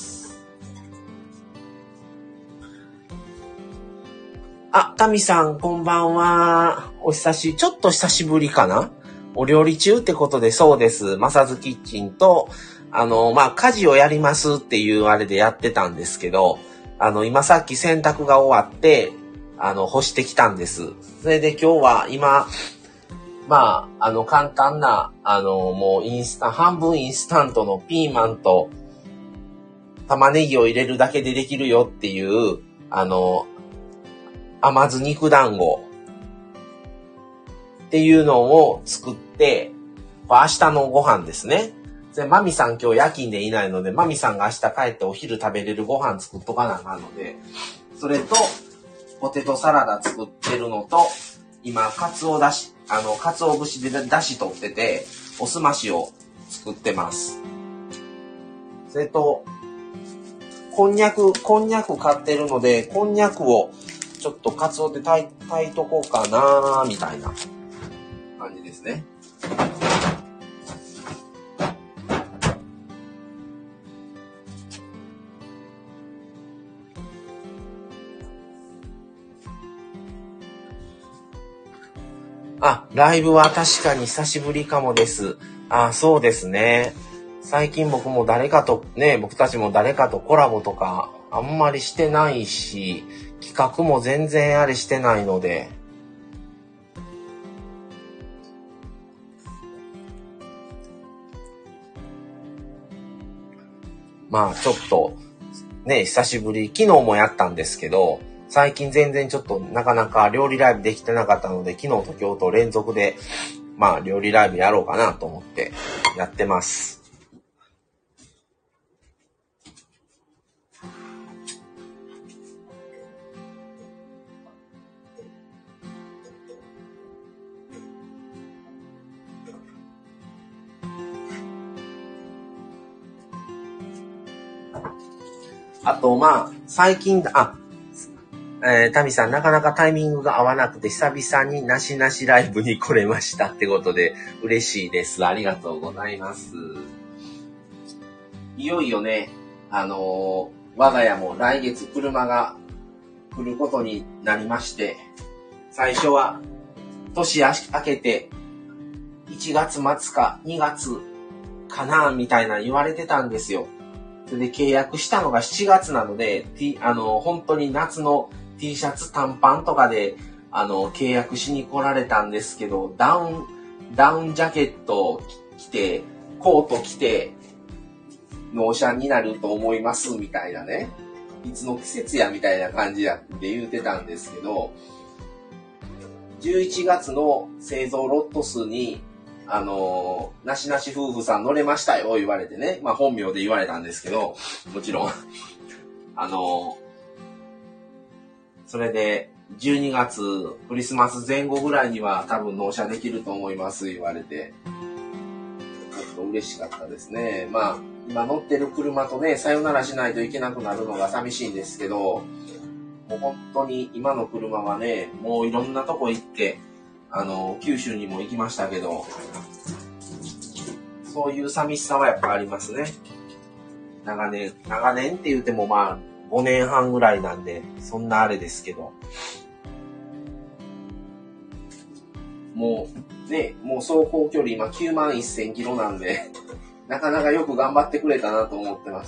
Speaker 1: あ、タミさん、こんばんは。お久し、ちょっと久しぶりかな？お料理中ってことで、そうです。マサズキッチンと、あの、まあ、家事をやりますっていうあれでやってたんですけど、あの、今さっき洗濯が終わって、あの、干してきたんです。それで今日は今、まあ、あの、簡単な、あの、もうインスタ、半分インスタントのピーマンと玉ねぎを入れるだけでできるよっていう、あの、甘酢肉団子っていうのを作って、 これ明日のご飯ですね。で、マミさん今日夜勤でいないので、マミさんが明日帰ってお昼食べれるご飯作っとかなあかんので、それと、ポテトサラダ作ってるのと、今、カツオだし、あの、カツオ節でだし取ってて、おすましを作ってます。それと、こんにゃく、こんにゃく買ってるので、こんにゃくをちょっとカツオで炊い、炊いとこうかなみたいな感じですね。あ、ライブは確かに久しぶりかもです。あ、そうですね。最近僕も誰かとね、僕たちも誰かとコラボとかあんまりしてないし、企画も全然あれしてないので。まあちょっとね、久しぶり、昨日もやったんですけど、最近全然ちょっとなかなか料理ライブできてなかったので、昨日と今日と連続で、まあ料理ライブやろうかなと思ってやってます。あと、まあ、最近、あ、えー、タミさん、なかなかタイミングが合わなくて、久々になしなしライブに来れましたってことで、嬉しいです。ありがとうございます。いよいよね、あのー、我が家も来月車が来ることになりまして、最初は、年明けて、いちがつ末かにがつかな、みたいな言われてたんですよ。で、契約したのがしちがつなので、T、あの、本当に夏の T シャツ短パンとかで、あの、契約しに来られたんですけど、ダウン、ダウンジャケット着て、コート着て、納車になると思います、みたいなね。いつの季節や、みたいな感じで言うてたんですけど、じゅういちがつの製造ロット数に、あのー、なしなし夫婦さん乗れましたよ、言われてね。まあ本名で言われたんですけど、もちろん。あのー、それで、じゅうにがつ、クリスマス前後ぐらいには多分納車できると思います、言われて。ちょっと嬉しかったですね。まあ、今乗ってる車とね、さよならしないといけなくなるのが寂しいんですけど、もう本当に今の車はね、もういろんなとこ行って、あの、九州にも行きましたけど、そういう寂しさはやっぱありますね。長年、長年って言ってもまあ、ごねんはんぐらいなんで、そんなあれですけど。もう、ね、もう走行距離今きゅうまんせんキロなんで、なかなかよく頑張ってくれたなと思ってます。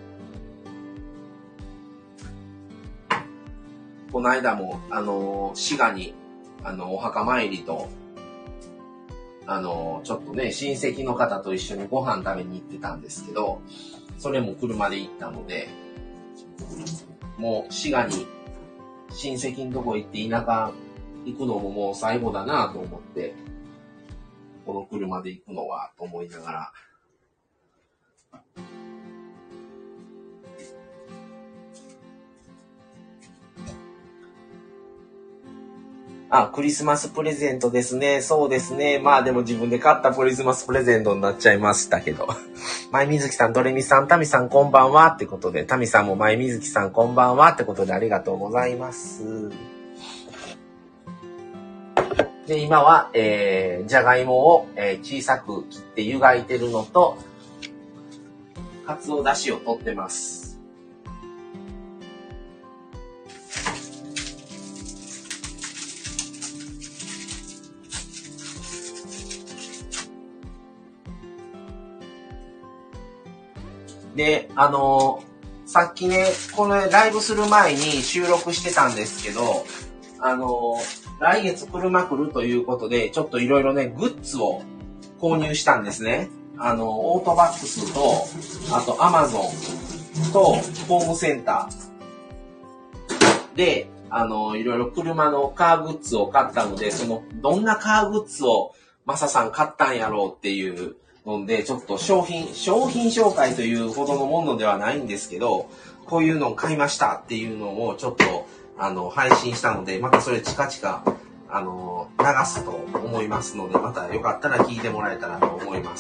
Speaker 1: この間も、あの、滋賀に、あの、お墓参りと、あの、ちょっとね、親戚の方と一緒にご飯食べに行ってたんですけど、それも車で行ったので、もう滋賀に親戚のとこ行って田舎行くのももう最後だなと思って、この車で行くのはと思いながら、あ、クリスマスプレゼントですね。そうですね。まあでも自分で買ったクリスマスプレゼントになっちゃいましたけど。まいみずきさん、ドレミさん、タミさんこんばんはってことで、タミさんもまいみずきさんこんばんはってことでありがとうございます。で、今は、えー、じゃがいもを、えー、小さく切って湯がいてるのと、かつおだしを取ってます。で、あのー、さっきね、このライブする前に収録してたんですけど、あのー、来月車来るということで、ちょっといろいろね、グッズを購入したんですね。あのー、オートバックスと、あとアマゾンとホームセンターで、あのー、いろいろ車のカーグッズを買ったので、その、どんなカーグッズをマサさん買ったんやろうっていうので、ちょっと商品、商品紹介というほどのものではないんですけど、こういうのを買いましたっていうのをちょっと、あの、配信したので、またそれチカチカ、あの、流すと思いますので、またよかったら聞いてもらえたらと思います。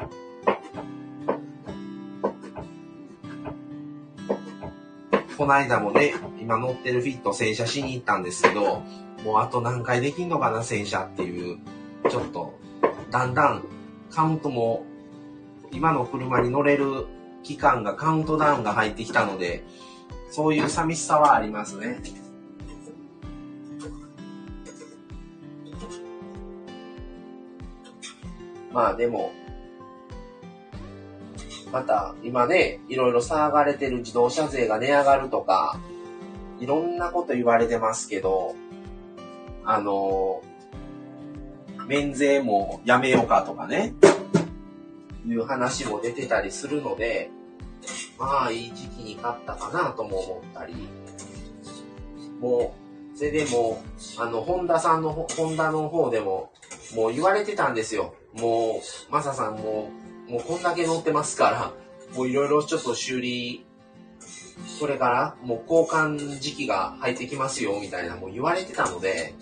Speaker 1: この間もね、今乗ってるフィット洗車しに行ったんですけど、もうあと何回できんのかな、洗車っていう、ちょっと、だんだんカウントも、今の車に乗れる期間がカウントダウンが入ってきたので、そういう寂しさはありますね。まあでも、また今ね、いろいろ騒がれてる自動車税が値上がるとか、いろんなこと言われてますけど、あの、免税もやめようかとかね、いう話も出てたりするので、まあいい時期に買ったかなとも思ったり、もう、それでも、あの、ホンダさんの、ホンダの方でも、もう言われてたんですよ。もう、マサさんも、もうこんだけ乗ってますから、もういろいろちょっと修理、これからもう交換時期が入ってきますよ、みたいなもう言われてたので、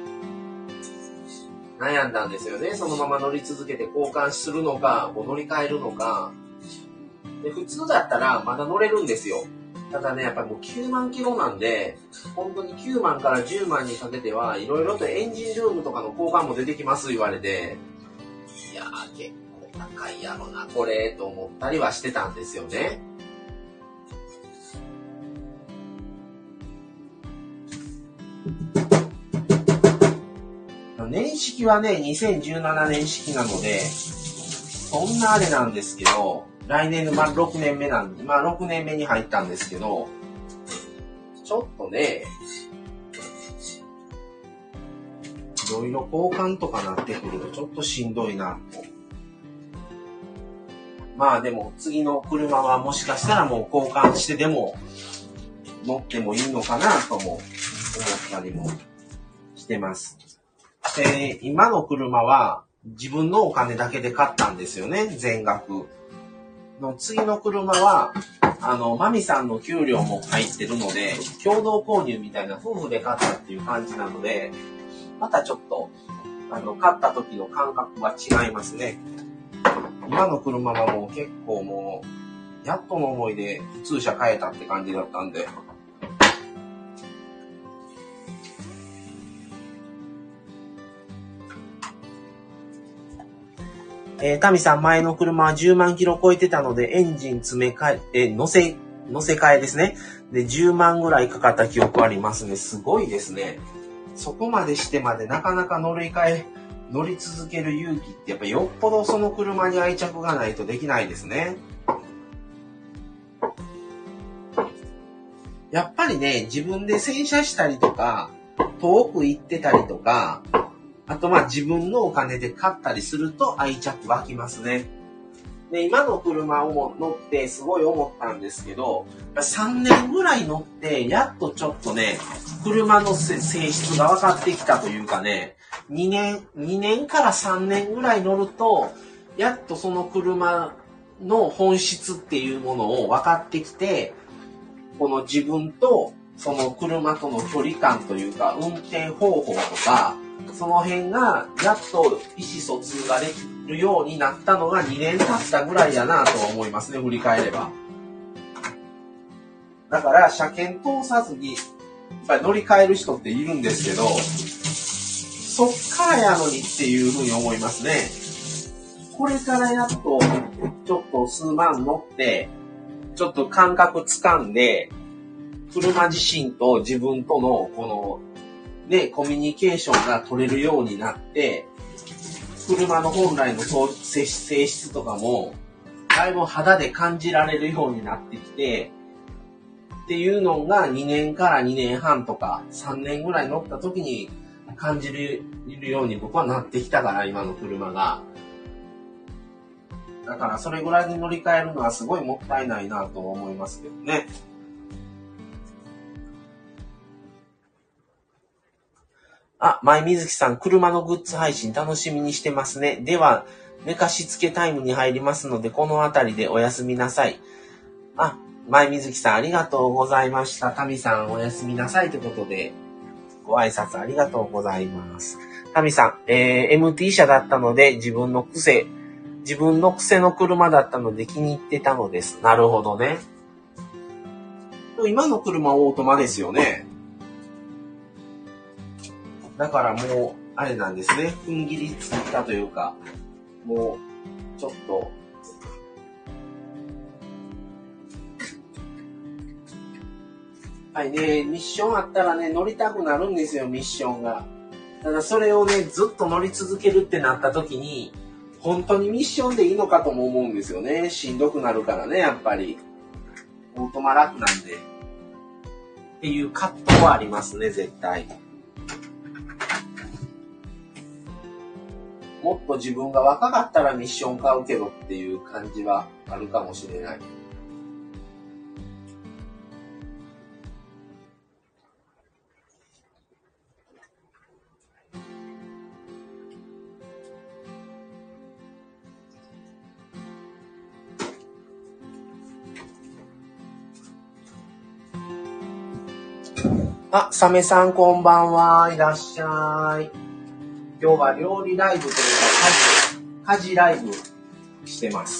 Speaker 1: 悩んだんですよね。そのまま乗り続けて交換するのか、もう乗り換えるのか。で、普通だったらまだ乗れるんですよ。ただね、やっぱりもうきゅうまんキロなんで、本当にきゅうまんからじゅうまんにかけてはいろいろとエンジンルームとかの交換も出てきます言われて、いやー結構高いやろな、これ、と思ったりはしてたんですよね。年式はね、にせんじゅうななねん式なので、そんなあれなんですけど、来年のまあろくねんめなんで、まあろくねんめに入ったんですけど、ちょっとね、いろいろ交換とかなってくるとちょっとしんどいなと。まあでも次の車はもしかしたらもう交換してでも乗ってもいいのかなとも思ったりもしてます。で、今の車は自分のお金だけで買ったんですよね、全額。の次の車は、あの、マミさんの給料も入ってるので、共同購入みたいな夫婦で買ったっていう感じなので、またちょっと、あの、買った時の感覚は違いますね。今の車はもう結構もう、やっとの思いで普通車買えたって感じだったんで。えー、タミさん、前の車はじゅうまんキロ超えてたので、エンジン詰め替え、えー、乗せ、乗せ替えですね。で、じゅうまんぐらいかかった記憶ありますね。すごいですね。そこまでしてまでなかなか乗り換え、乗り続ける勇気ってやっぱよっぽどその車に愛着がないとできないですね。やっぱりね、自分で洗車したりとか、遠く行ってたりとか、あとまあ自分のお金で買ったりすると愛着湧きますね。で、今の車を乗ってすごい思ったんですけど、さんねんぐらい乗ってやっとちょっとね、車の性質が分かってきたというかね、にねん、にねんからさんねんぐらい乗ると、やっとその車の本質っていうものを分かってきて、この自分とその車との距離感というか、運転方法とか、その辺がやっと意思疎通ができるようになったのがにねん経ったぐらいやなと思いますね、振り返れば。だから車検通さずにやっぱり乗り換える人っているんですけど、そっからやのにっていうふうに思いますね。これからやっとちょっと数万乗ってちょっと感覚つかんで、車自身と自分とのこのね、コミュニケーションが取れるようになって、車の本来の性質とかも、だいぶ肌で感じられるようになってきて、っていうのがにねんからにねんはんとかさんねんぐらい乗った時に感じるように僕はなってきたから、今の車が。だからそれぐらいで乗り換えるのはすごいもったいないなと思いますけどね。 あ、前水木さん、車のグッズ配信楽しみにしてますね。では、寝かしつけタイムに入りますので、このあたりでおやすみなさい。あ、前水木さん、ありがとうございました。タミさん、おやすみなさいということで、ご挨拶ありがとうございます。タミさん、えー、エムティー 車だったので、自分の癖、自分の癖の車だったので気に入ってたのです。なるほどね。今の車はオートマですよね。だからもう、あれなんですね。踏ん切りついたというか、もう、ちょっと、はいね、ミッションあったらね、乗りたくなるんですよ、ミッションが。ただそれをね、ずっと乗り続けるってなった時に、本当にミッションでいいのかとも思うんですよね。しんどくなるからね、やっぱり。オートマ楽なんで。っていう葛藤はありますね、絶対。もっと自分が若かったらミッション買うけどっていう感じはあるかもしれない。あ、サメさんこんばんは。いらっしゃい。今日は料理ライブというか家事、家事ライブしてます。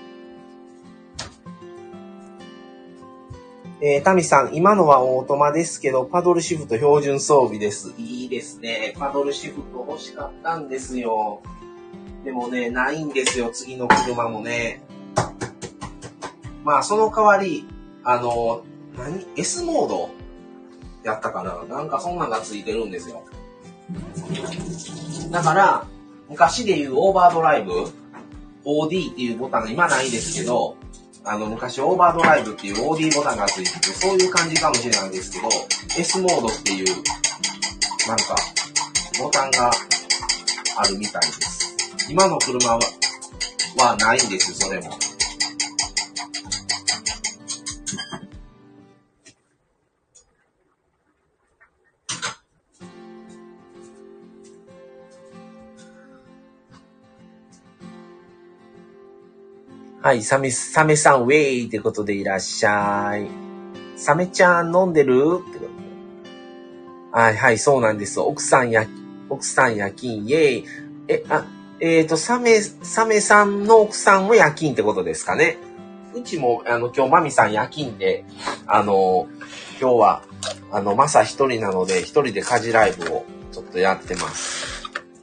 Speaker 1: えー、タミさん、今のはオートマですけど、パドルシフト標準装備です。いいですね。パドルシフト欲しかったんですよ。でもね、ないんですよ。次の車もね。まあ、その代わり、あの、何 ?S モードやったかな、なんかそんなんがついてるんですよ。だから、昔でいうオーバードライブ、オーディー っていうボタン今ないですけど、あの、昔オーバードライブっていう オーディー ボタンがついてて、そういう感じかもしれないんですけど、S モードっていう、なんか、ボタンがあるみたいです。今の車は、はないんですよ、それも。はい、サメ、サメさんウェイってことでいらっしゃい。サメちゃん飲んでるってことで。はい、はい、そうなんです。奥さんや、奥さん夜勤、イェイ。え、あ、えっと、サメ、サメさんの奥さんも夜勤ってことですかね。うちも、あの、今日マミさん夜勤で、あの、今日は、あの、マサ一人なので、一人で家事ライブをちょっとやってます。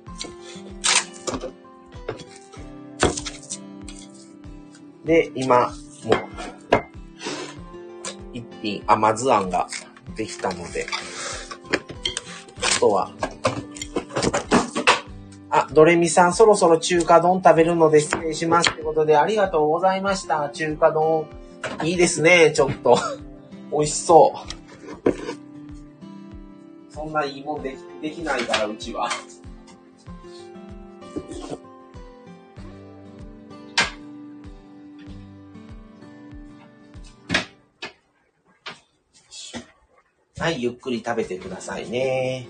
Speaker 1: で、今、もう、一品甘酢あんができたので、あとは、あ、ドレミさん、そろそろ中華丼食べるので失礼しますってことで、ありがとうございました。中華丼。いいですね、ちょっと。美味しそう。そんないいもんでき、できないから、うちは。はい、ゆっくり食べてくださいね。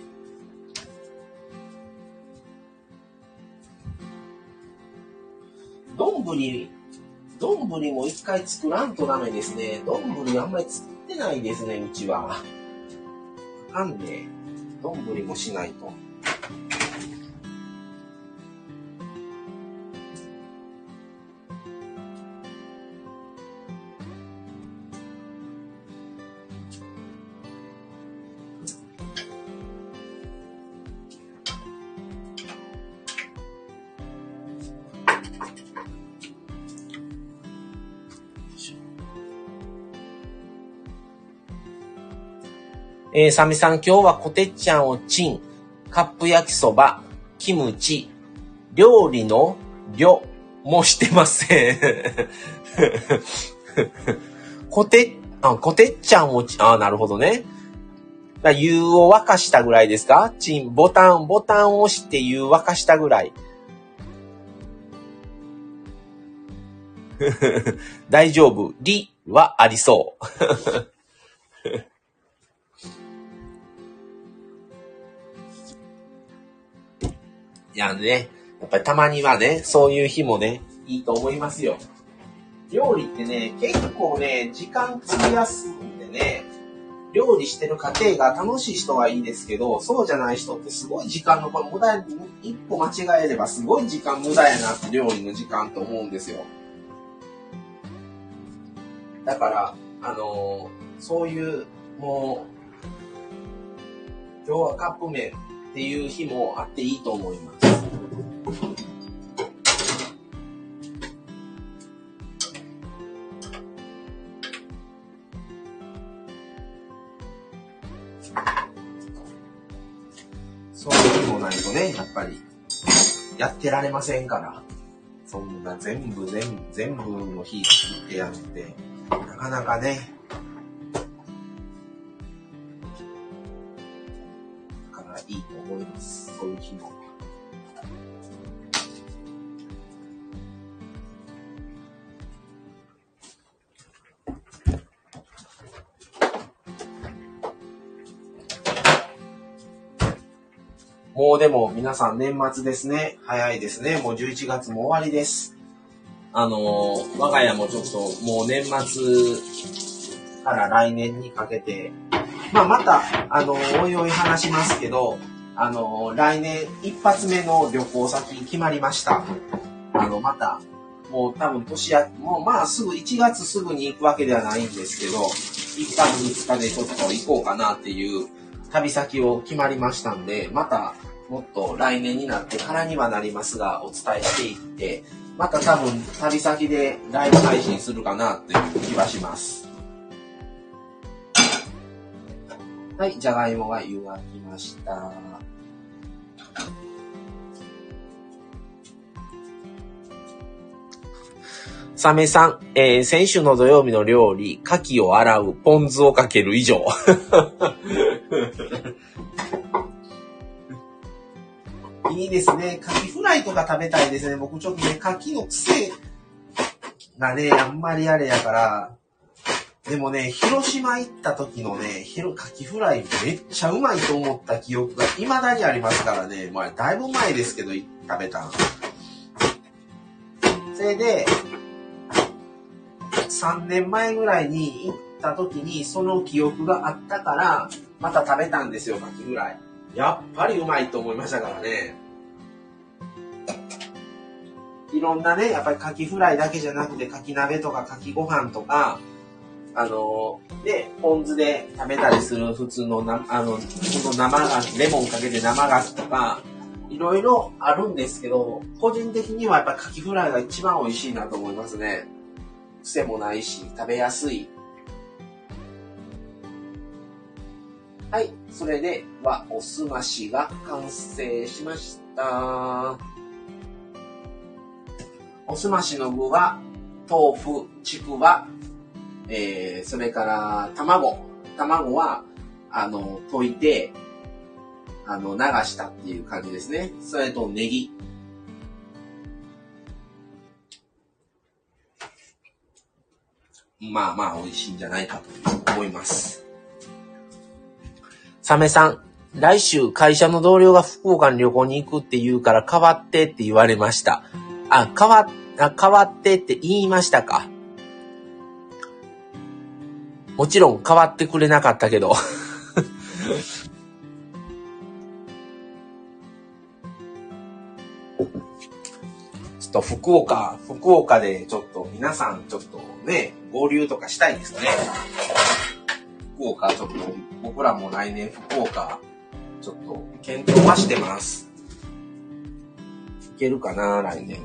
Speaker 1: どんぶり、どんぶりも一回作らんとダメですね。どんぶりあんまり作ってないですね、うちは。あんね、どんぶりもしないと。えー、サミさん、今日はコテッチャンをチン、カップ焼きそば、キムチ、料理の料もしてません。コテ、あ、コテッチャンを、あ、なるほどね。だ湯を沸かしたぐらいですか？チン、ボタン、ボタンを押して湯沸かしたぐらい。大丈夫。理はありそう。 いやね、やっぱりたまにはね、そういう日もね、いいと思いますよ。料理ってね、結構ね、時間費やすんでね、料理してる過程が楽しい人はいいですけど、そうじゃない人ってすごい時間のこの無駄に、一歩間違えればすごい時間無駄やなって料理の時間と思うんですよ。だから、あのー、そういう、もう、今日はカップ麺っていう日もあっていいと思います。そういう日もないとね、やっぱり、やってられませんから。そんな全部全部、全部の日作ってやって、なかなかね、だからいいと思います。そういう日も。もうでも皆さん年末ですね。早いですね。もうじゅういちがつも終わりです。あのー、我が家もちょっともう年末から来年にかけて、まあまた、あのー、おいおい話しますけど、あのー、来年一発目の旅行先決まりました。あの、また、もう多分年や、もうまあすぐいちがつすぐに行くわけではないんですけど、いっぱくみっかでちょっと行こうかなっていう旅先を決まりましたんで、またもっと来年になってからにはなりますが、お伝えしていって、また多分旅先でライブ配信するかなっていう気はします。はい、じゃがいもが湯がきました。サメさん、えー、先週の土曜日の料理、牡蠣を洗う、ポン酢をかける以上。いいですね。牡蠣フライとか食べたいですね。僕ちょっとね、牡蠣の癖がね、あんまりあれやから。でもね、広島行った時のね、牡蠣フライめっちゃうまいと思った記憶が未だにありますからね。まあ、だいぶ前ですけど、食べた。それで、さんねんまえぐらいに行った時にその記憶があったからまた食べたんですよ、牡蠣フライ。やっぱりうまいと思いましたからね。いろんなね、やっぱり牡蠣フライだけじゃなくて牡蠣鍋とか牡蠣ご飯とか、あのでポン酢で食べたりする普通のなあのその生ガス、レモンかけて生ガスとかいろいろあるんですけど、個人的にはやっぱり牡蠣フライが一番美味しいなと思いますね。癖もないし食べやすい。はい、それではおすましが完成しました。おすましの具は豆腐、ちくわ、えー、それから卵。卵はあの溶いてあの流したっていう感じですね。それとネギ。まあまあ美味しいんじゃないかと思います。サメさん、来週会社の同僚が福岡に旅行に行くって言うから変わってって言われました。あ、変わ、あ、変わってって言いましたか。もちろん変わってくれなかったけど。ちょっと福岡、福岡でちょっと皆さんちょっとね、合流とかしたいですね。福岡ちょっと僕らも来年福岡ちょっと検討はしてます。いけるかな来年。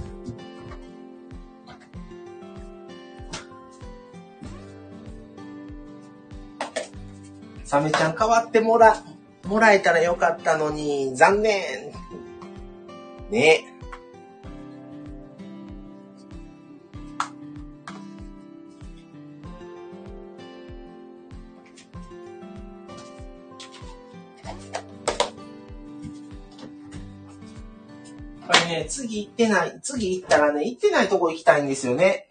Speaker 1: サメちゃん変わってもらもらえたらよかったのに残念ね。これね、次行ってない、次行ったらね、行ってないとこ行きたいんですよね。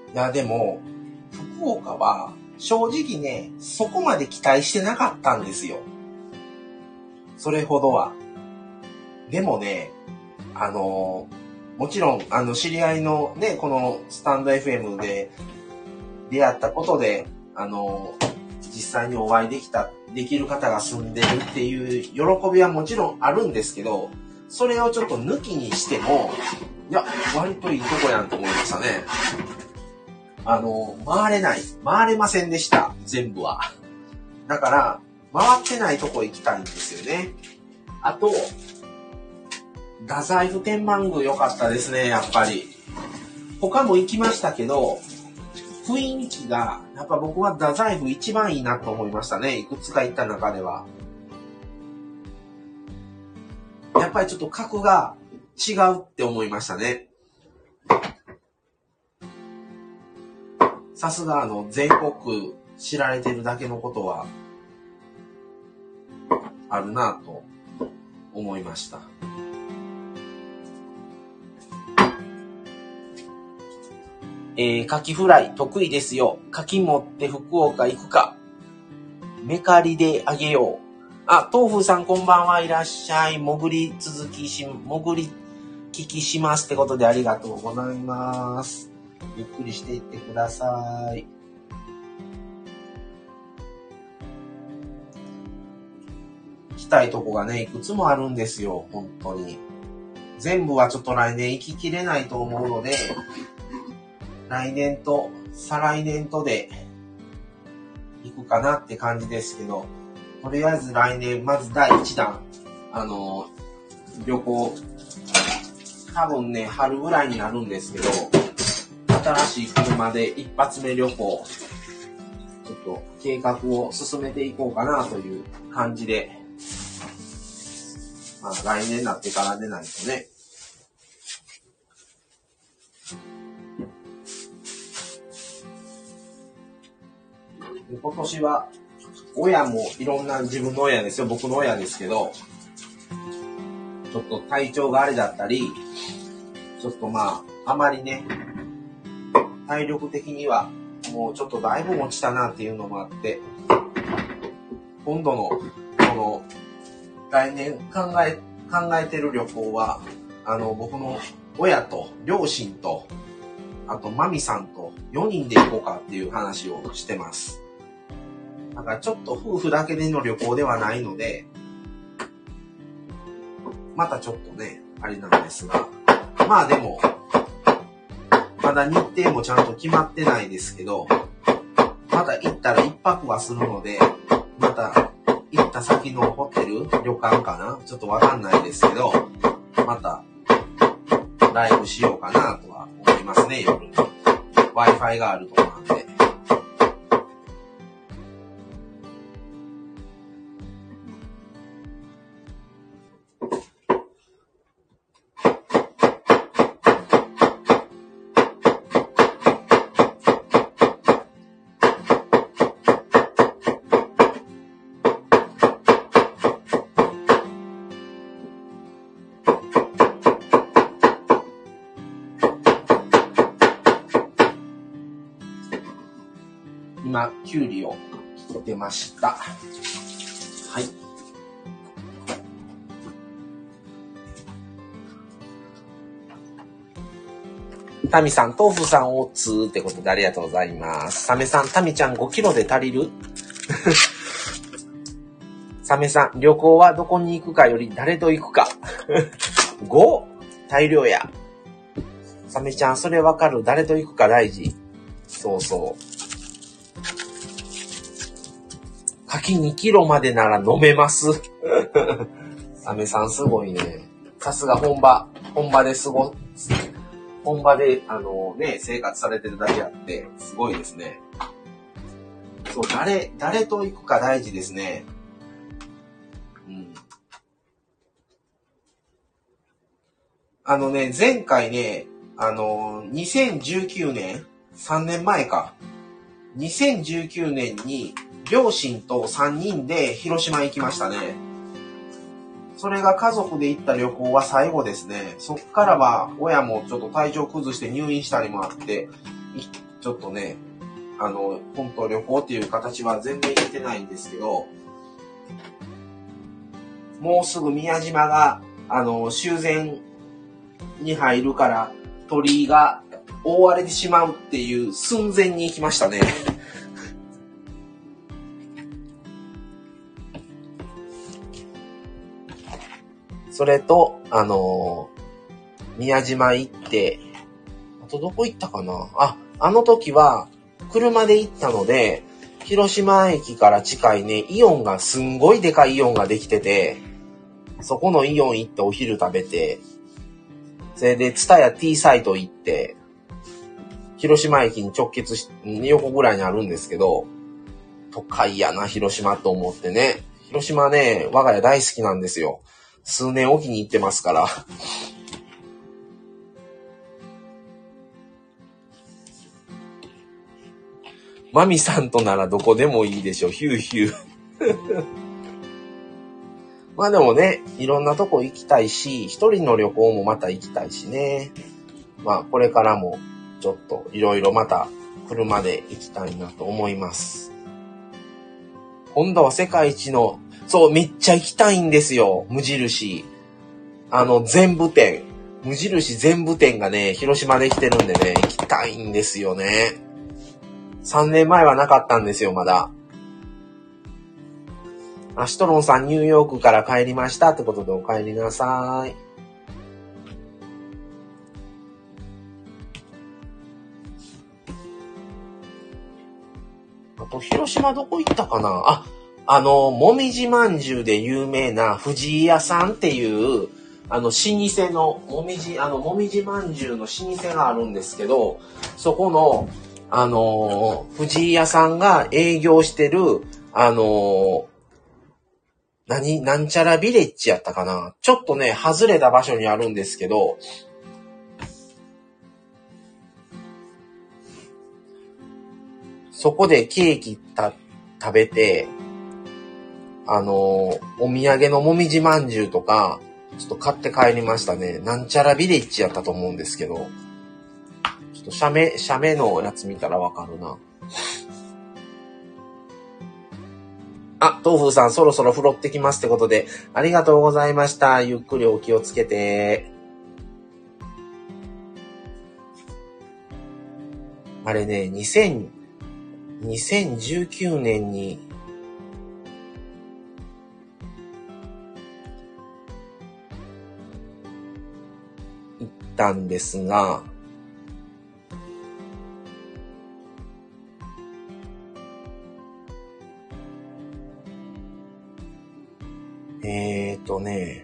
Speaker 1: いや、でも、福岡は、正直ね、そこまで期待してなかったんですよ。それほどは。でもね、あの、もちろん、あの、知り合いのね、このスタンド エフエム で出会ったことで、あの、実際にお会いできた、できる方が住んでるっていう喜びはもちろんあるんですけど、それをちょっと抜きにしても、いや、割といいとこやんと思いましたね。あの、回れない。回れませんでした。全部は。だから、回ってないとこ行きたいんですよね。あと、太宰府天満宮良かったですね、やっぱり。他も行きましたけど、雰囲気が、やっぱ僕は太宰府一番いいなと思いましたね。いくつか行った中では。やっぱりちょっと格が違うって思いましたね。さすがあの全国知られてるだけのことはあるなと思いました。えー、カキフライ得意ですよ。カキ持って福岡行くか。メカリであげよう。あ、豆腐さんこんばんはいらっしゃい。潜り続きし、潜り聞きしますってことでありがとうございます。ゆっくりしていってください。行きたいとこがね、いくつもあるんですよ。本当に。全部はちょっと来年行ききれないと思うので、来年と再来年とで行くかなって感じですけど、とりあえず来年、まずだいいちだん、あの、旅行、多分ね、春ぐらいになるんですけど、新しい車で一発目旅行、ちょっと計画を進めていこうかなという感じで、まあ来年になってからでないとね。で今年は、親もいろんな自分の親ですよ、僕の親ですけど、ちょっと体調があれだったり、ちょっとまあ、あまりね、体力的にはもうちょっとだいぶ落ちたなっていうのもあって、今度の、この、来年考え、考えてる旅行は、あの、僕の親と両親と、あとマミさんとよにんで行こうかっていう話をしてます。だからちょっと夫婦だけでの旅行ではないので、またちょっとね、あれなんですが、まあでも、まだ日程もちゃんと決まってないですけど、また行ったら一泊はするので、また行った先のホテル、旅館かなちょっとわかんないですけど、またライブしようかなとは思いますね、夜に。Wi-Fi があるとこなんで。今、キュウリを切ってました。はい。タミさん、豆腐さんをつーってことでありがとうございます。サメさん、タミちゃんごキロで足りるサメさん、旅行はどこに行くかより誰と行くか。ご? 大量や。サメちゃん、それわかる。誰と行くか大事。そうそう。柿にキロまでなら飲めます。サメさんすごいね。さすが本場、本場で過ご、本場で、あのね、生活されてるだけあって、すごいですね。そう、誰、誰と行くか大事ですね。うん。あのね、前回ね、あの、にせんじゅうきゅうねん、さんねんまえか。にせんじゅうきゅうねんに、両親とさんにんで広島行きましたね。それが家族で行った旅行は最後ですね。そっからは親もちょっと体調崩して入院したりもあって、 ちょっとね、あの、本当旅行っていう形は全然行けてないんですけど、もうすぐ宮島が、あの、修繕に入るから、鳥居が覆われてしまうっていう寸前に行きましたね。それと、あのー、宮島行って、あとどこ行ったかなあ、あの時は、車で行ったので、広島駅から近いね、イオンが、すんごいでかいイオンができてて、そこのイオン行ってお昼食べて、それで、ツタヤ T サイト行って、広島駅に直結し、横ぐらいにあるんですけど、都会やな、広島と思ってね。広島ね、我が家大好きなんですよ。数年おきに行ってますから。マミさんとならどこでもいいでしょ、ヒューヒュー。まあでもね、いろんなとこ行きたいし、一人の旅行もまた行きたいしね。まあこれからもちょっといろいろまた車で行きたいなと思います。今度は世界一の、そう、めっちゃ行きたいんですよ、無印。あの、全部店。無印全部店がね、広島で来てるんでね、行きたいんですよね。さんねんまえはなかったんですよ、まだ。アシトロンさん、ニューヨークから帰りましたってことでお帰りなさい。あと、広島どこ行ったかなあ、あの、もみじまんじゅうで有名な藤井屋さんっていう、あの、老舗の、もみじ、あの、もみじまんじゅうの老舗があるんですけど、そこの、あのー、藤井屋さんが営業してる、あのー、何、なんちゃらビレッジやったかな。ちょっとね、外れた場所にあるんですけど、そこでケーキた食べて、あのー、お土産のもみじまんじゅうとか、ちょっと買って帰りましたね。なんちゃらビレッジやったと思うんですけど、ちょっと写メ、写メのやつ見たらわかるな。あ、豆腐さんそろそろ風呂ってきますってことで、ありがとうございました。ゆっくりお気をつけて。あれね、にせん、にせんじゅうきゅうねんに、行ったんですが、えーとね、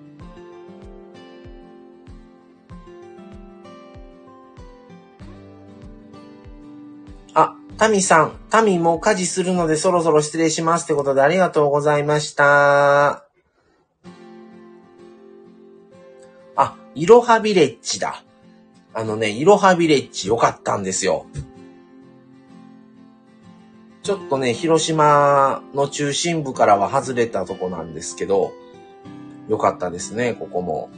Speaker 1: あ、タミさん、タミも家事するのでそろそろ失礼しますってことでありがとうございました。あ、いろはビレッジだ。あのね、いろはビレッジ良かったんですよ。ちょっとね、広島の中心部からは外れたとこなんですけど、良かったですね、ここも。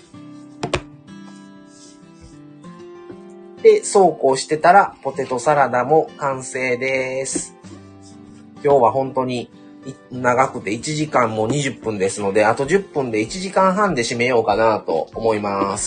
Speaker 1: で、そうこうしてたら、ポテトサラダも完成です。今日は本当に長くていちじかんもにじゅっぷんですので、あとじゅっぷんでいちじかんはんで締めようかなと思います。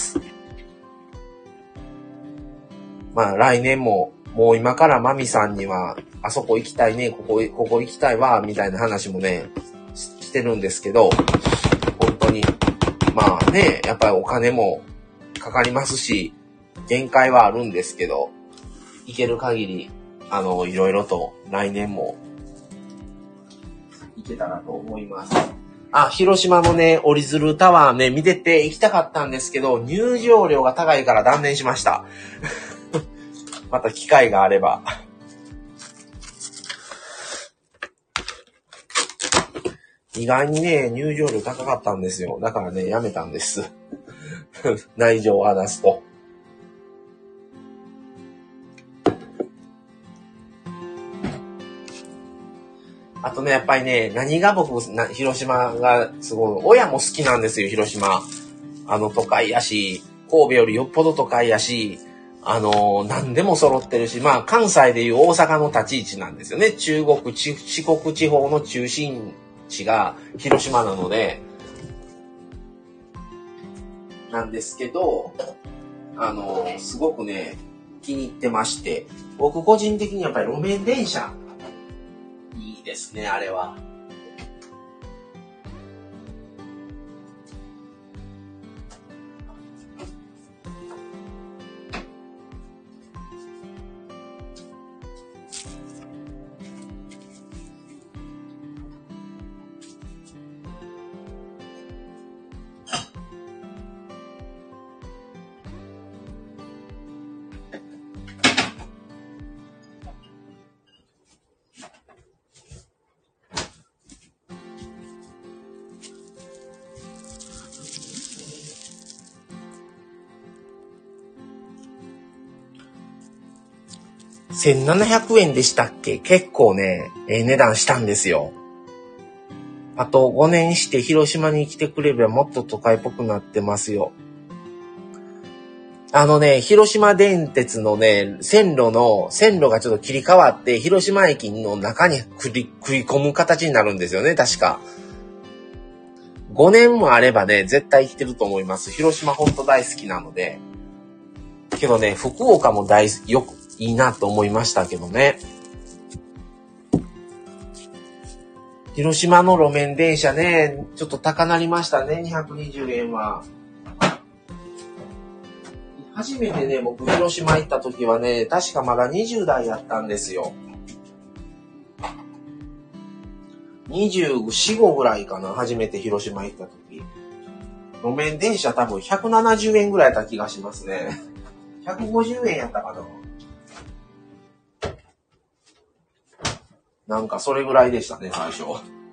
Speaker 1: まあ来年も、もう今からマミさんには、あそこ行きたいね、ここ、ここ行きたいわ、みたいな話もね、してるんですけど、本当に、まあね、やっぱりお金もかかりますし、限界はあるんですけど、行ける限り、あの、いろいろと来年も行けたらと思います。あ、広島のね、折り鶴タワーね、見てて行きたかったんですけど、入場料が高いから断念しました。また機会があれば。意外にね、入場料高かったんですよ。だからね、やめたんです。内情を話すと。あとね、やっぱりね、何が僕、な広島がすごい、親も好きなんですよ、広島。あの都会やし、神戸よりよっぽど都会やし、 あのー、何でも揃ってるし、まあ、関西でいう大阪の立ち位置なんですよね。中国、四国地方の中心地が広島なので、なんですけど、あのー、すごくね、気に入ってまして、僕個人的にやっぱり路面電車、いいですね、あれは。せんななひゃくえんでしたっけ？結構ね、ええ値段したんですよ。あとごねんして広島に来てくれればもっと都会っぽくなってますよ。あのね、広島電鉄のね、線路の、線路がちょっと切り替わって、広島駅の中に食い、食い込む形になるんですよね、確か。ごねんもあればね、絶対生きてると思います。広島ほんと大好きなので。けどね、福岡も大よく、いいなと思いましたけどね。広島の路面電車ね、ちょっと高なりましたね、にひゃくにじゅうえんは。初めてね、僕広島行った時はね、確かまだにじゅう代やったんですよ。にじゅうよん、ごぐらいかな、初めて広島行った時。路面電車多分ひゃくななじゅうえんぐらいやった気がしますね。ひゃくごじゅうえんやったかな。なんかそれぐらいでしたね、最初。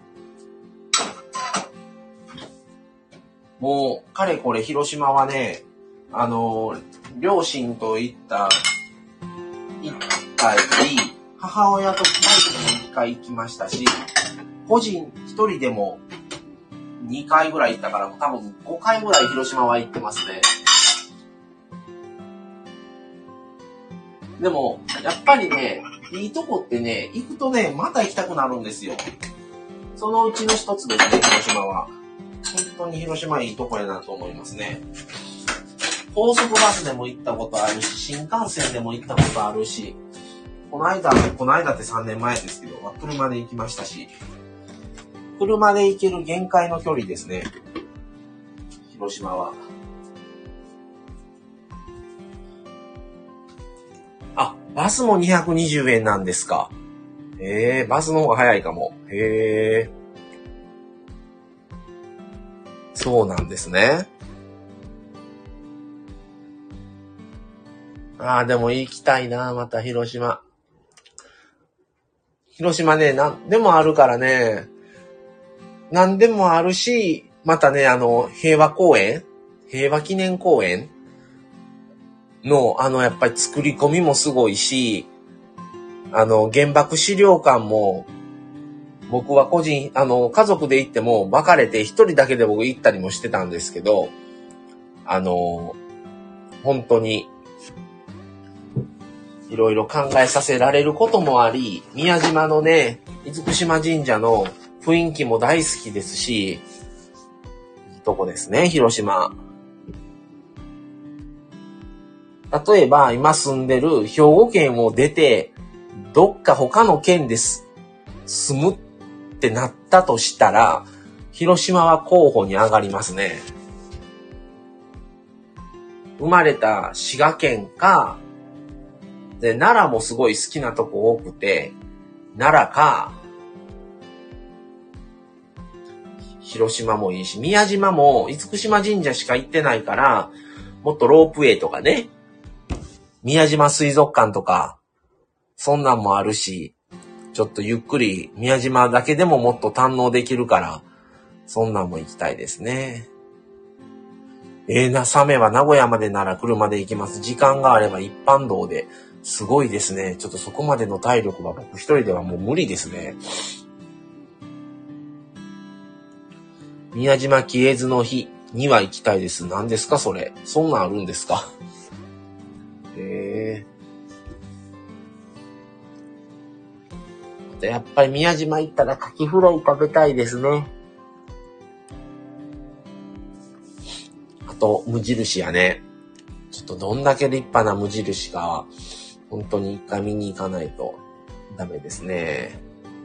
Speaker 1: もう、かれこれ広島はね、あの、両親と行った、行ったり、母親とバイクでもいっかい行きましたし、個人一人でもにかいぐらい行ったから、多分ごかいぐらい広島は行ってますね。でも、やっぱりね、いいとこってね、行くとね、また行きたくなるんですよ。そのうちの一つですね、広島は。本当に広島いいとこやなと思いますね。高速バスでも行ったことあるし、新幹線でも行ったことあるし、この間、この間ってさんねんまえですけど、車で行きましたし、車で行ける限界の距離ですね、広島は。あ、バスもにひゃくにじゅうえんなんですか。へえ、バスの方が早いかも。へえ。そうなんですね。ああ、でも行きたいな、また広島。広島ね、なんでもあるからね、なんでもあるし、またね、あの、平和公園平和記念公園の、あの、やっぱり作り込みもすごいし、あの、原爆資料館も、僕は個人、あの、家族で行っても、分かれて一人だけで僕行ったりもしてたんですけど、あの、本当に、いろいろ考えさせられることもあり、宮島のね、厳島神社の雰囲気も大好きですし、いいとこですね、広島。例えば、今住んでる兵庫県を出て、どっか他の県です、住むってなったとしたら、広島は候補に上がりますね。生まれた滋賀県か、で、奈良もすごい好きなとこ多くて、奈良か、広島もいいし、宮島も厳島神社しか行ってないから、もっとロープウェイとかね、宮島水族館とか、そんなんもあるし、ちょっとゆっくり宮島だけでももっと堪能できるから、そんなんも行きたいですね。ええな、サメは名古屋までなら車で行きます。時間があれば一般道で、すごいですね。ちょっとそこまでの体力は僕一人ではもう無理ですね。宮島消えずの日には行きたいです。何ですかそれ。そんなんあるんですか。えとやっぱり宮島行ったらカキフライ食べたいですね。あと、無印やね。ちょっとどんだけ立派な無印か、本当に一回見に行かないとダメですね。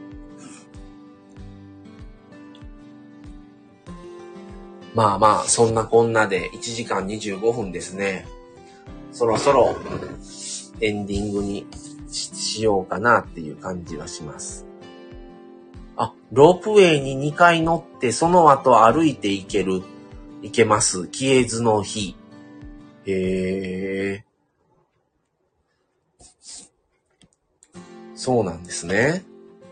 Speaker 1: まあまあ、そんなこんなでいちじかんにじゅうごふんですね。そろそろエンディングに し, しようかなっていう感じはします。あ、ロープウェイににかい乗ってその後歩いて行ける、行けます。消えずの日。へー。そうなんですね。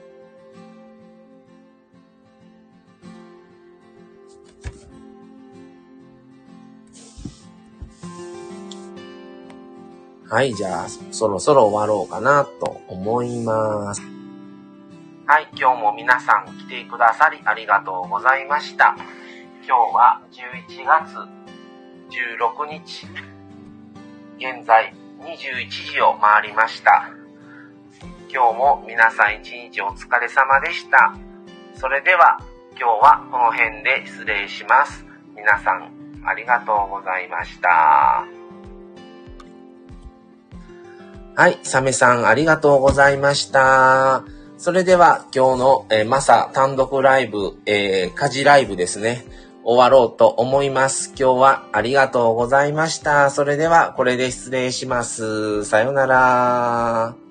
Speaker 1: はい、じゃあ、そろそろ終わろうかなと思います。はい、今日も皆さん来てくださりありがとうございました。今日はじゅういちがつじゅうろくにち、現在にじゅういちじを回りました。今日も皆さん一日お疲れ様でした。それでは今日はこの辺で失礼します。皆さんありがとうございました。はい、サメさんありがとうございました。それでは今日の、えー、マサ単独ライブ、えー、家事ライブですね、終わろうと思います。今日はありがとうございました。それではこれで失礼します。さよなら。